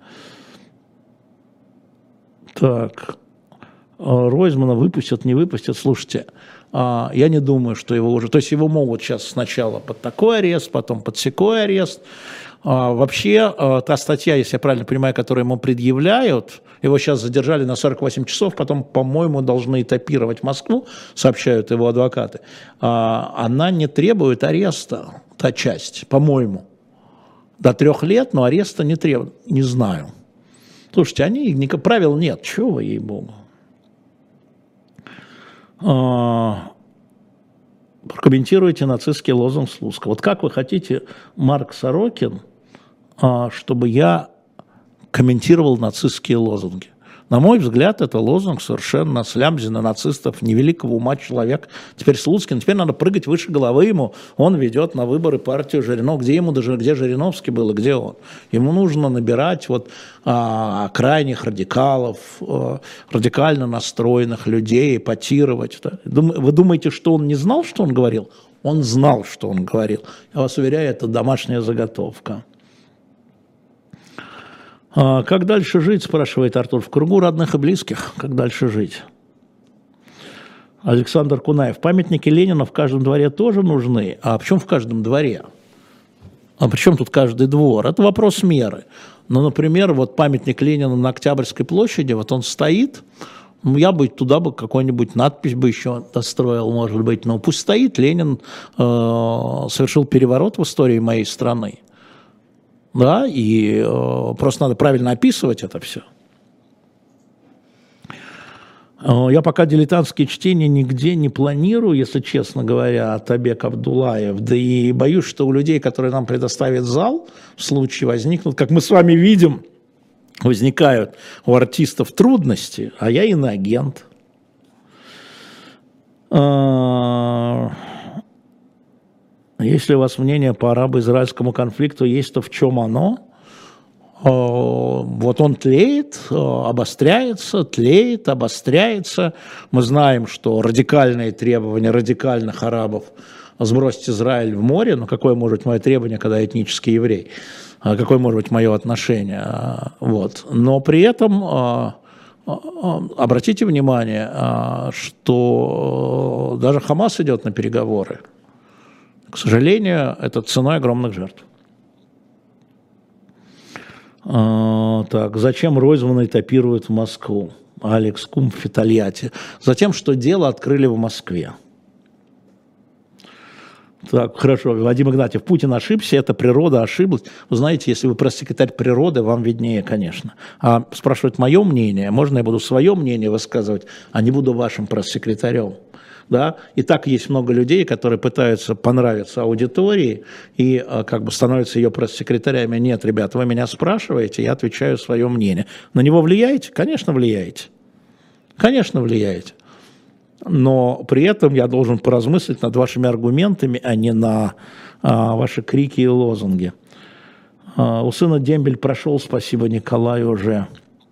Так. Ройзмана выпустят, не выпустят. Слушайте, а, я не думаю, что его уже... То есть его могут сейчас сначала под такой арест, потом под сякой арест. А, вообще, а, та статья, если я правильно понимаю, которую ему предъявляют, его сейчас задержали на сорок восемь часов, потом, по-моему, должны этапировать Москву, сообщают его адвокаты. А, она не требует ареста, та часть, по-моему. До трех лет, но ареста не требует. Не знаю. Слушайте, они, правил нет, чего вы, ей-богу. А, прокомментируйте нацистский лозунг Слуцкого. Вот как вы хотите, Марк Сорокин, а, чтобы я комментировал нацистские лозунги? На мой взгляд, это лозунг совершенно слямзина нацистов, невеликого ума человек. Теперь Слуцкий, теперь надо прыгать выше головы ему. Он ведет на выборы партию Жириновского. Где ему даже, где Жириновский был и где он? Ему нужно набирать вот, а, крайних радикалов, а, радикально настроенных людей, эпатировать. Да? Вы думаете, что он не знал, что он говорил? Он знал, что он говорил. Я вас уверяю, это домашняя заготовка. А как дальше жить, спрашивает Артур, в кругу родных и близких, как дальше жить? Александр Кунаев, памятники Ленина в каждом дворе тоже нужны, а почему в каждом дворе? А при чем тут каждый двор? Это вопрос меры. Но, например, вот памятник Ленину на Октябрьской площади, вот он стоит, ну, я бы туда бы какую-нибудь надпись бы еще достроил, может быть, но пусть стоит, Ленин э, совершил переворот в истории моей страны, да, и э, просто надо правильно описывать это все. Я пока дилетантские чтения нигде не планирую, если честно говоря, Атабек Абдулаев. Да и боюсь, что у людей, которые нам предоставит зал, в случае возникнут, как мы с вами видим, возникают у артистов трудности, а я иноагент. Если у вас мнение по арабо-израильскому конфликту есть, то в чем оно? Вот он тлеет, обостряется, тлеет, обостряется. Мы знаем, что радикальные требования радикальных арабов сбросить Израиль в море, ну какое может быть мое требование, когда я этнический еврей, какое может быть мое отношение. Вот. Но при этом обратите внимание, что даже Хамас идет на переговоры. К сожалению, это ценой огромных жертв. А, так, зачем Ройзмана этапируют в Москву? Алекс Кумф, Тольятти. Затем, что дело открыли в Москве. Так, хорошо. Вадим Игнатьев. Путин ошибся, это природа ошиблась. Вы знаете, если вы пресс-секретарь природы, вам виднее, конечно. А спрашивать мое мнение, можно я буду свое мнение высказывать, а не буду вашим пресс-секретарем. Да? И так есть много людей, которые пытаются понравиться аудитории и а, как бы становятся ее пресс-секретарями. Нет, ребята, вы меня спрашиваете, я отвечаю свое мнение. На него влияете? Конечно, влияете. Конечно, влияете. Но при этом я должен поразмыслить над вашими аргументами, а не на а, ваши крики и лозунги. А, у сына дембель прошел, спасибо, Николай, уже.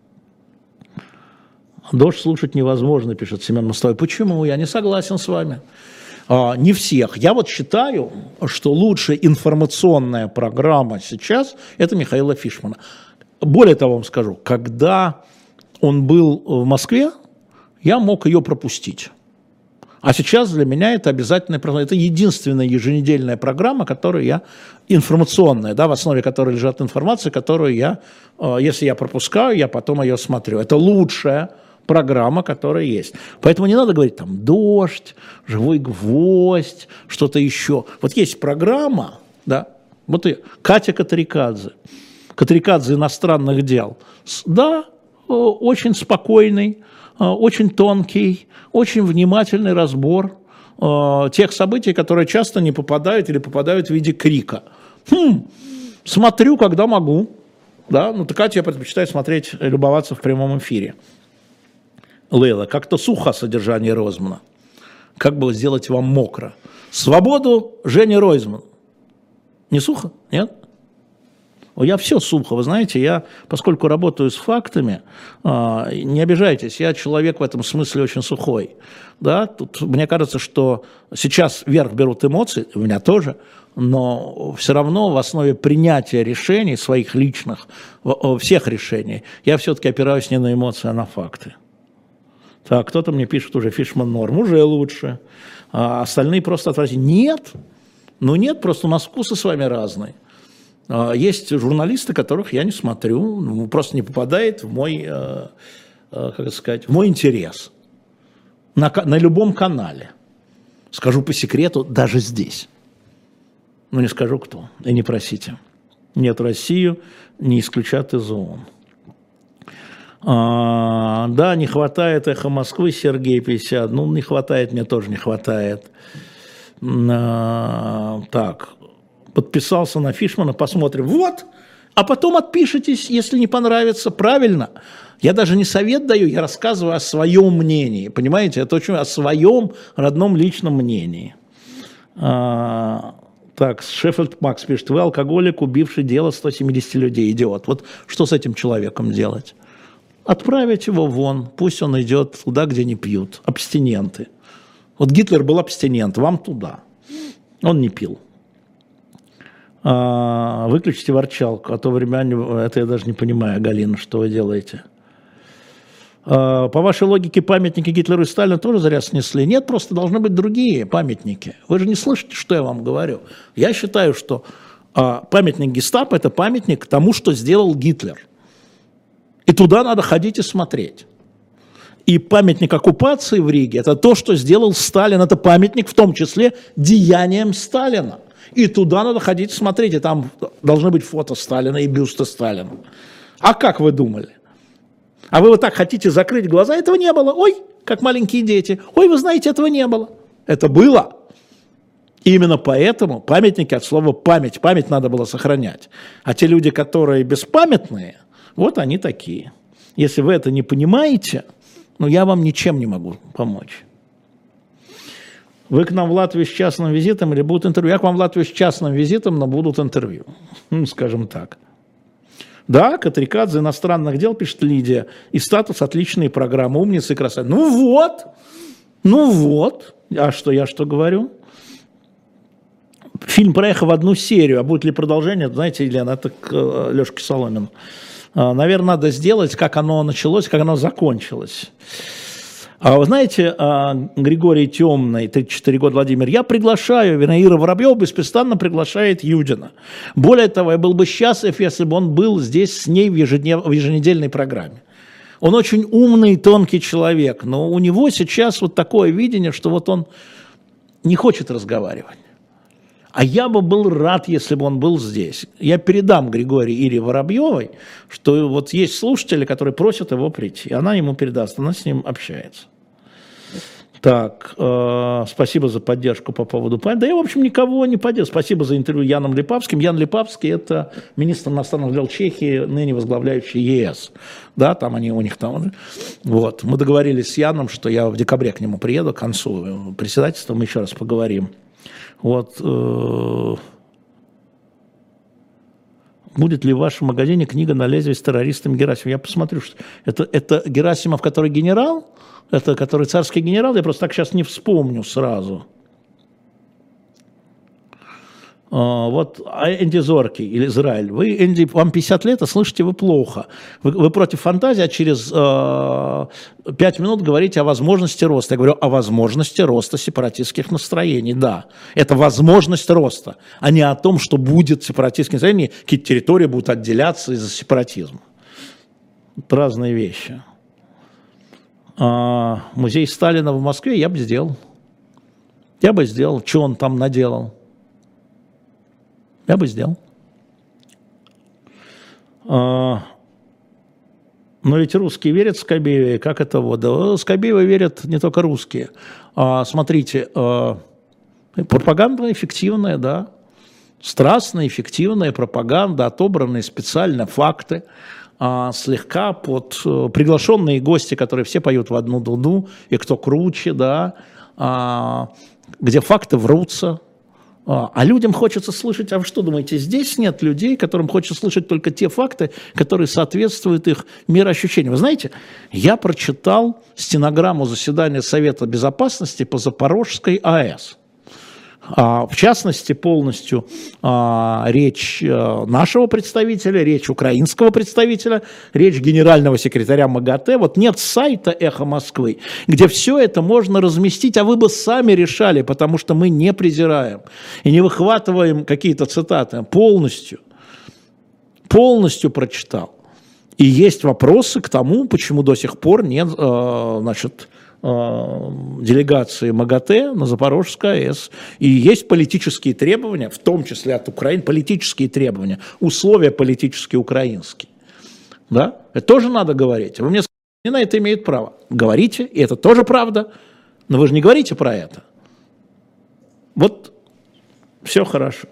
Дождь слушать невозможно, пишет Семен Мостовой. Почему? Я не согласен с вами. А, не всех. Я вот считаю, что лучшая информационная программа сейчас – это Михаила Фишмана. Более того, вам скажу, когда он был в Москве, я мог ее пропустить. А сейчас для меня это обязательная программа. Это единственная еженедельная программа, которую я, информационная, да, в основе которой лежит информация, которую я, если я пропускаю, я потом ее смотрю. Это лучшая программа, которая есть. Поэтому не надо говорить там «Дождь», «Живой гвоздь», что-то еще. Вот есть программа, да, вот и Катя Катрикадзе, Катрикадзе иностранных дел. Да, очень спокойный, очень тонкий, очень внимательный разбор э, тех событий, которые часто не попадают или попадают в виде крика. Хм, смотрю, когда могу. Да? Ну, так Катя я предпочитаю смотреть, любоваться в прямом эфире. Лейла, как-то сухо содержание Ройзмана. Как бы сделать вам мокро? Свободу Жене Ройзман. Не сухо? Нет? Я все сухо, вы знаете, я, поскольку работаю с фактами, не обижайтесь, я человек в этом смысле очень сухой. Да? Тут, мне кажется, что сейчас вверх берут эмоции, у меня тоже, но все равно в основе принятия решений, своих личных, всех решений, я все-таки опираюсь не на эмоции, а на факты. Так, кто-то мне пишет уже Фишман норм, уже лучше, а остальные просто отвратительны. Нет, ну нет, просто у нас вкусы с вами разные. Есть журналисты, которых я не смотрю, просто не попадает в мой, как сказать, в мой интерес. На, на любом канале. Скажу по секрету, даже здесь. Но не скажу кто, и не просите. Нет, Россию не исключат из ООН. А, да, не хватает «Эхо Москвы», Сергей пятьдесят. Ну, не хватает, мне тоже не хватает. А, так... Подписался на Фишмана, посмотрим. Вот, а потом отпишитесь, если не понравится. Правильно. Я даже не совет даю, я рассказываю о своем мнении. Понимаете, это очень о своем родном личном мнении. А, так, Шеффилд Макс пишет, вы алкоголик, убивший дело сто семьдесят людей, идиот. Вот что с этим человеком делать? Отправить его вон, пусть он идет туда, где не пьют. Абстиненты. Вот Гитлер был абстинент, вам туда. Он не пил. А, выключите ворчалку, а то времени, это я даже не понимаю, Галина, что вы делаете. А, по вашей логике памятники Гитлеру и Сталину тоже зря снесли? Нет, просто должны быть другие памятники. Вы же не слышите, что я вам говорю. Я считаю, что А памятник гестапо – это памятник тому, что сделал Гитлер. И туда надо ходить и смотреть. И памятник оккупации в Риге – это то, что сделал Сталин. Это памятник в том числе деяниям Сталина. И туда надо ходить и смотреть. И там должны быть фото Сталина и бюсты Сталина. А как вы думали? А вы вот так хотите закрыть глаза? Этого не было. Ой, как маленькие дети. Ой, вы знаете, этого не было. Это было. И именно поэтому памятники от слова «память». Память надо было сохранять. А те люди, которые беспамятные, вот они такие. Если вы это не понимаете, ну я вам ничем не могу помочь. Вы к нам в Латвию с частным визитом или будут интервью? Я к вам в Латвию с частным визитом, но будут интервью. Ну, скажем так. Да, Катрикадзе, иностранных дел, пишет Лидия. И статус отличные программы, умницы и красавицы. Ну вот, ну вот. А что я что говорю? Фильм проехал в одну серию, а будет ли продолжение, знаете, Елена, это к Лешке Соломину. Наверное, надо сделать, как оно началось, как оно закончилось. А вы знаете, Григорий Темный, тридцать четыре года, Владимир, я приглашаю, вернее, Ира Воробьева беспрестанно приглашает Юдина. Более того, я был бы счастлив, если бы он был здесь с ней в, ежеднев... в еженедельной программе. Он очень умный, тонкий человек, но у него сейчас вот такое видение, что вот он не хочет разговаривать. А я бы был рад, если бы он был здесь. Я передам Григорию Ире Воробьевой, что вот есть слушатели, которые просят его прийти. Она ему передаст, она с ним общается. Так, э, спасибо за поддержку по поводу памяти. Да я, в общем, никого не поддерживаю. Спасибо за интервью Яном Липавским. Ян Липавский – это министр иностранных дел Чехии, ныне возглавляющий ЕС. Да, там они, у них там. Вот. Мы договорились с Яном, что я в декабре к нему приеду, к концу председательства, мы еще раз поговорим. Вот, э, будет ли в вашем магазине книга «На лезвие с террористом Герасимов»? Я посмотрю, что это, это Герасимов, который генерал, это который царский генерал, я просто так сейчас не вспомню сразу. Uh, вот Энди Зоркий или Израиль. Вы, Энди, вам пятьдесят лет, а слышите вы плохо. Вы, вы против фантазии, а через uh, пять минут говорите о возможности роста. Я говорю о возможности роста сепаратистских настроений. Да, это возможность роста, а не о том, что будет сепаратистские настроения, какие-то территории будут отделяться из-за сепаратизма. Это разные вещи. Uh, музей Сталина в Москве я бы сделал. Я бы сделал. Что он там наделал? Я бы сделал. А, но ведь русские верят Скобеевой, как это вот? Да, Скобеевой верят не только русские. А, смотрите, а, пропаганда эффективная, да, страстная, эффективная пропаганда, отобранные специально факты, а, слегка под а, приглашенные гости, которые все поют в одну дуду, и кто круче, да, а, где факты врутся. А людям хочется слышать, а вы что думаете, здесь нет людей, которым хочется слышать только те факты, которые соответствуют их мироощущению. Вы знаете, я прочитал стенограмму заседания Совета Безопасности по Запорожской АЭС. В частности, полностью речь нашего представителя, речь украинского представителя, речь генерального секретаря МАГАТЭ. Вот нет сайта «Эхо Москвы», где все это можно разместить, а вы бы сами решали, потому что мы не презираем и не выхватываем какие-то цитаты. Полностью, полностью прочитал. И есть вопросы к тому, почему до сих пор нет, значит, делегации МАГАТЭ на Запорожской АЭС. И есть политические требования, в том числе от Украины, политические требования, условия политические украинские. Да? Это тоже надо говорить. Вы мне сказали, не на это имеет право. Говорите, и это тоже правда, но вы же не говорите про это. Вот все хорошо.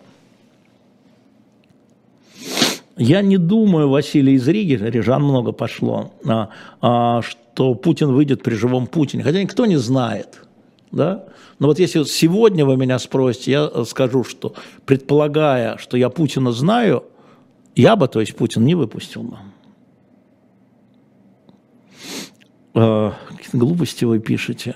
Я не думаю, Василий из Риги, рижан много пошло, а, а, что Путин выйдет при живом Путине. Хотя никто не знает. Да? Но вот если сегодня вы меня спросите, я скажу, что предполагая, что я Путина знаю, я бы, то есть Путин, не выпустил бы. А, какие-то глупости вы пишете.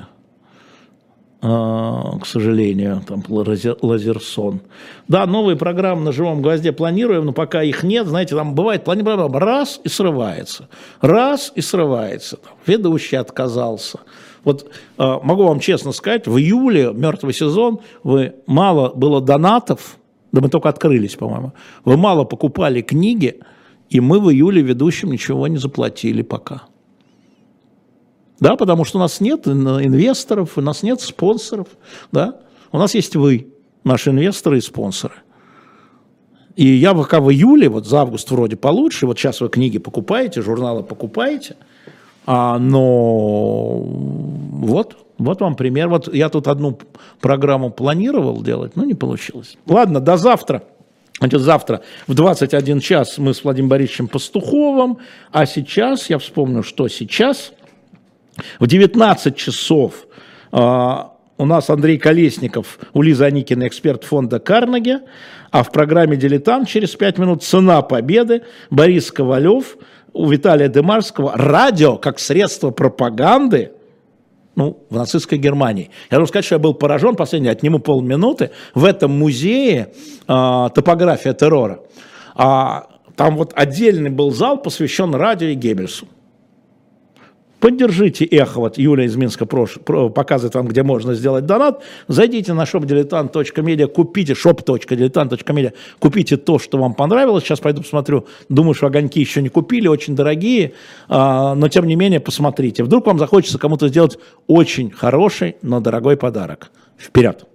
К сожалению, там Лазерсон. Да, новые программы на живом гвозде планируем, но пока их нет, знаете, там бывает планируем, раз и срывается, раз и срывается. Там, ведущий отказался. Вот могу вам честно сказать, в июле, мертвый сезон, вы, мало было донатов, Да мы только открылись, по-моему. Вы мало покупали книги, и мы в июле ведущим ничего не заплатили пока. Да, потому что у нас нет инвесторов, у нас нет спонсоров, да. У нас есть вы, наши инвесторы и спонсоры. И я пока в июле, вот за август вроде получше, вот сейчас вы книги покупаете, журналы покупаете, а, но вот, вот вам пример. Вот я тут одну программу планировал делать, но не получилось. Ладно, до завтра. Значит, завтра в двадцать один час мы с Владимиром Борисовичем Пастуховым, а сейчас, я вспомню, что сейчас, в девятнадцать часов а, у нас Андрей Колесников, у Лизы Аникиной, эксперт фонда Карнеги, а в программе «Дилетант» через пять минут «Цена победы», Борис Ковалев, у Виталия Демарского радио как средство пропаганды, ну, в нацистской Германии. Я должен сказать, что я был поражен, последний, отниму полминуты, в этом музее э, топография террора. А, там вот отдельный был зал, посвящен радио и Геббельсу. Поддержите «Эхо», вот Юля из Минска прош, про, показывает вам, где можно сделать донат. Зайдите на шоп дилетант точка медиа, купите шоп точка дилетант точка медиа, купите то, что вам понравилось. Сейчас пойду посмотрю, думаю, что огоньки еще не купили, очень дорогие, а, но тем не менее посмотрите. Вдруг вам захочется кому-то сделать очень хороший, но дорогой подарок. Вперед!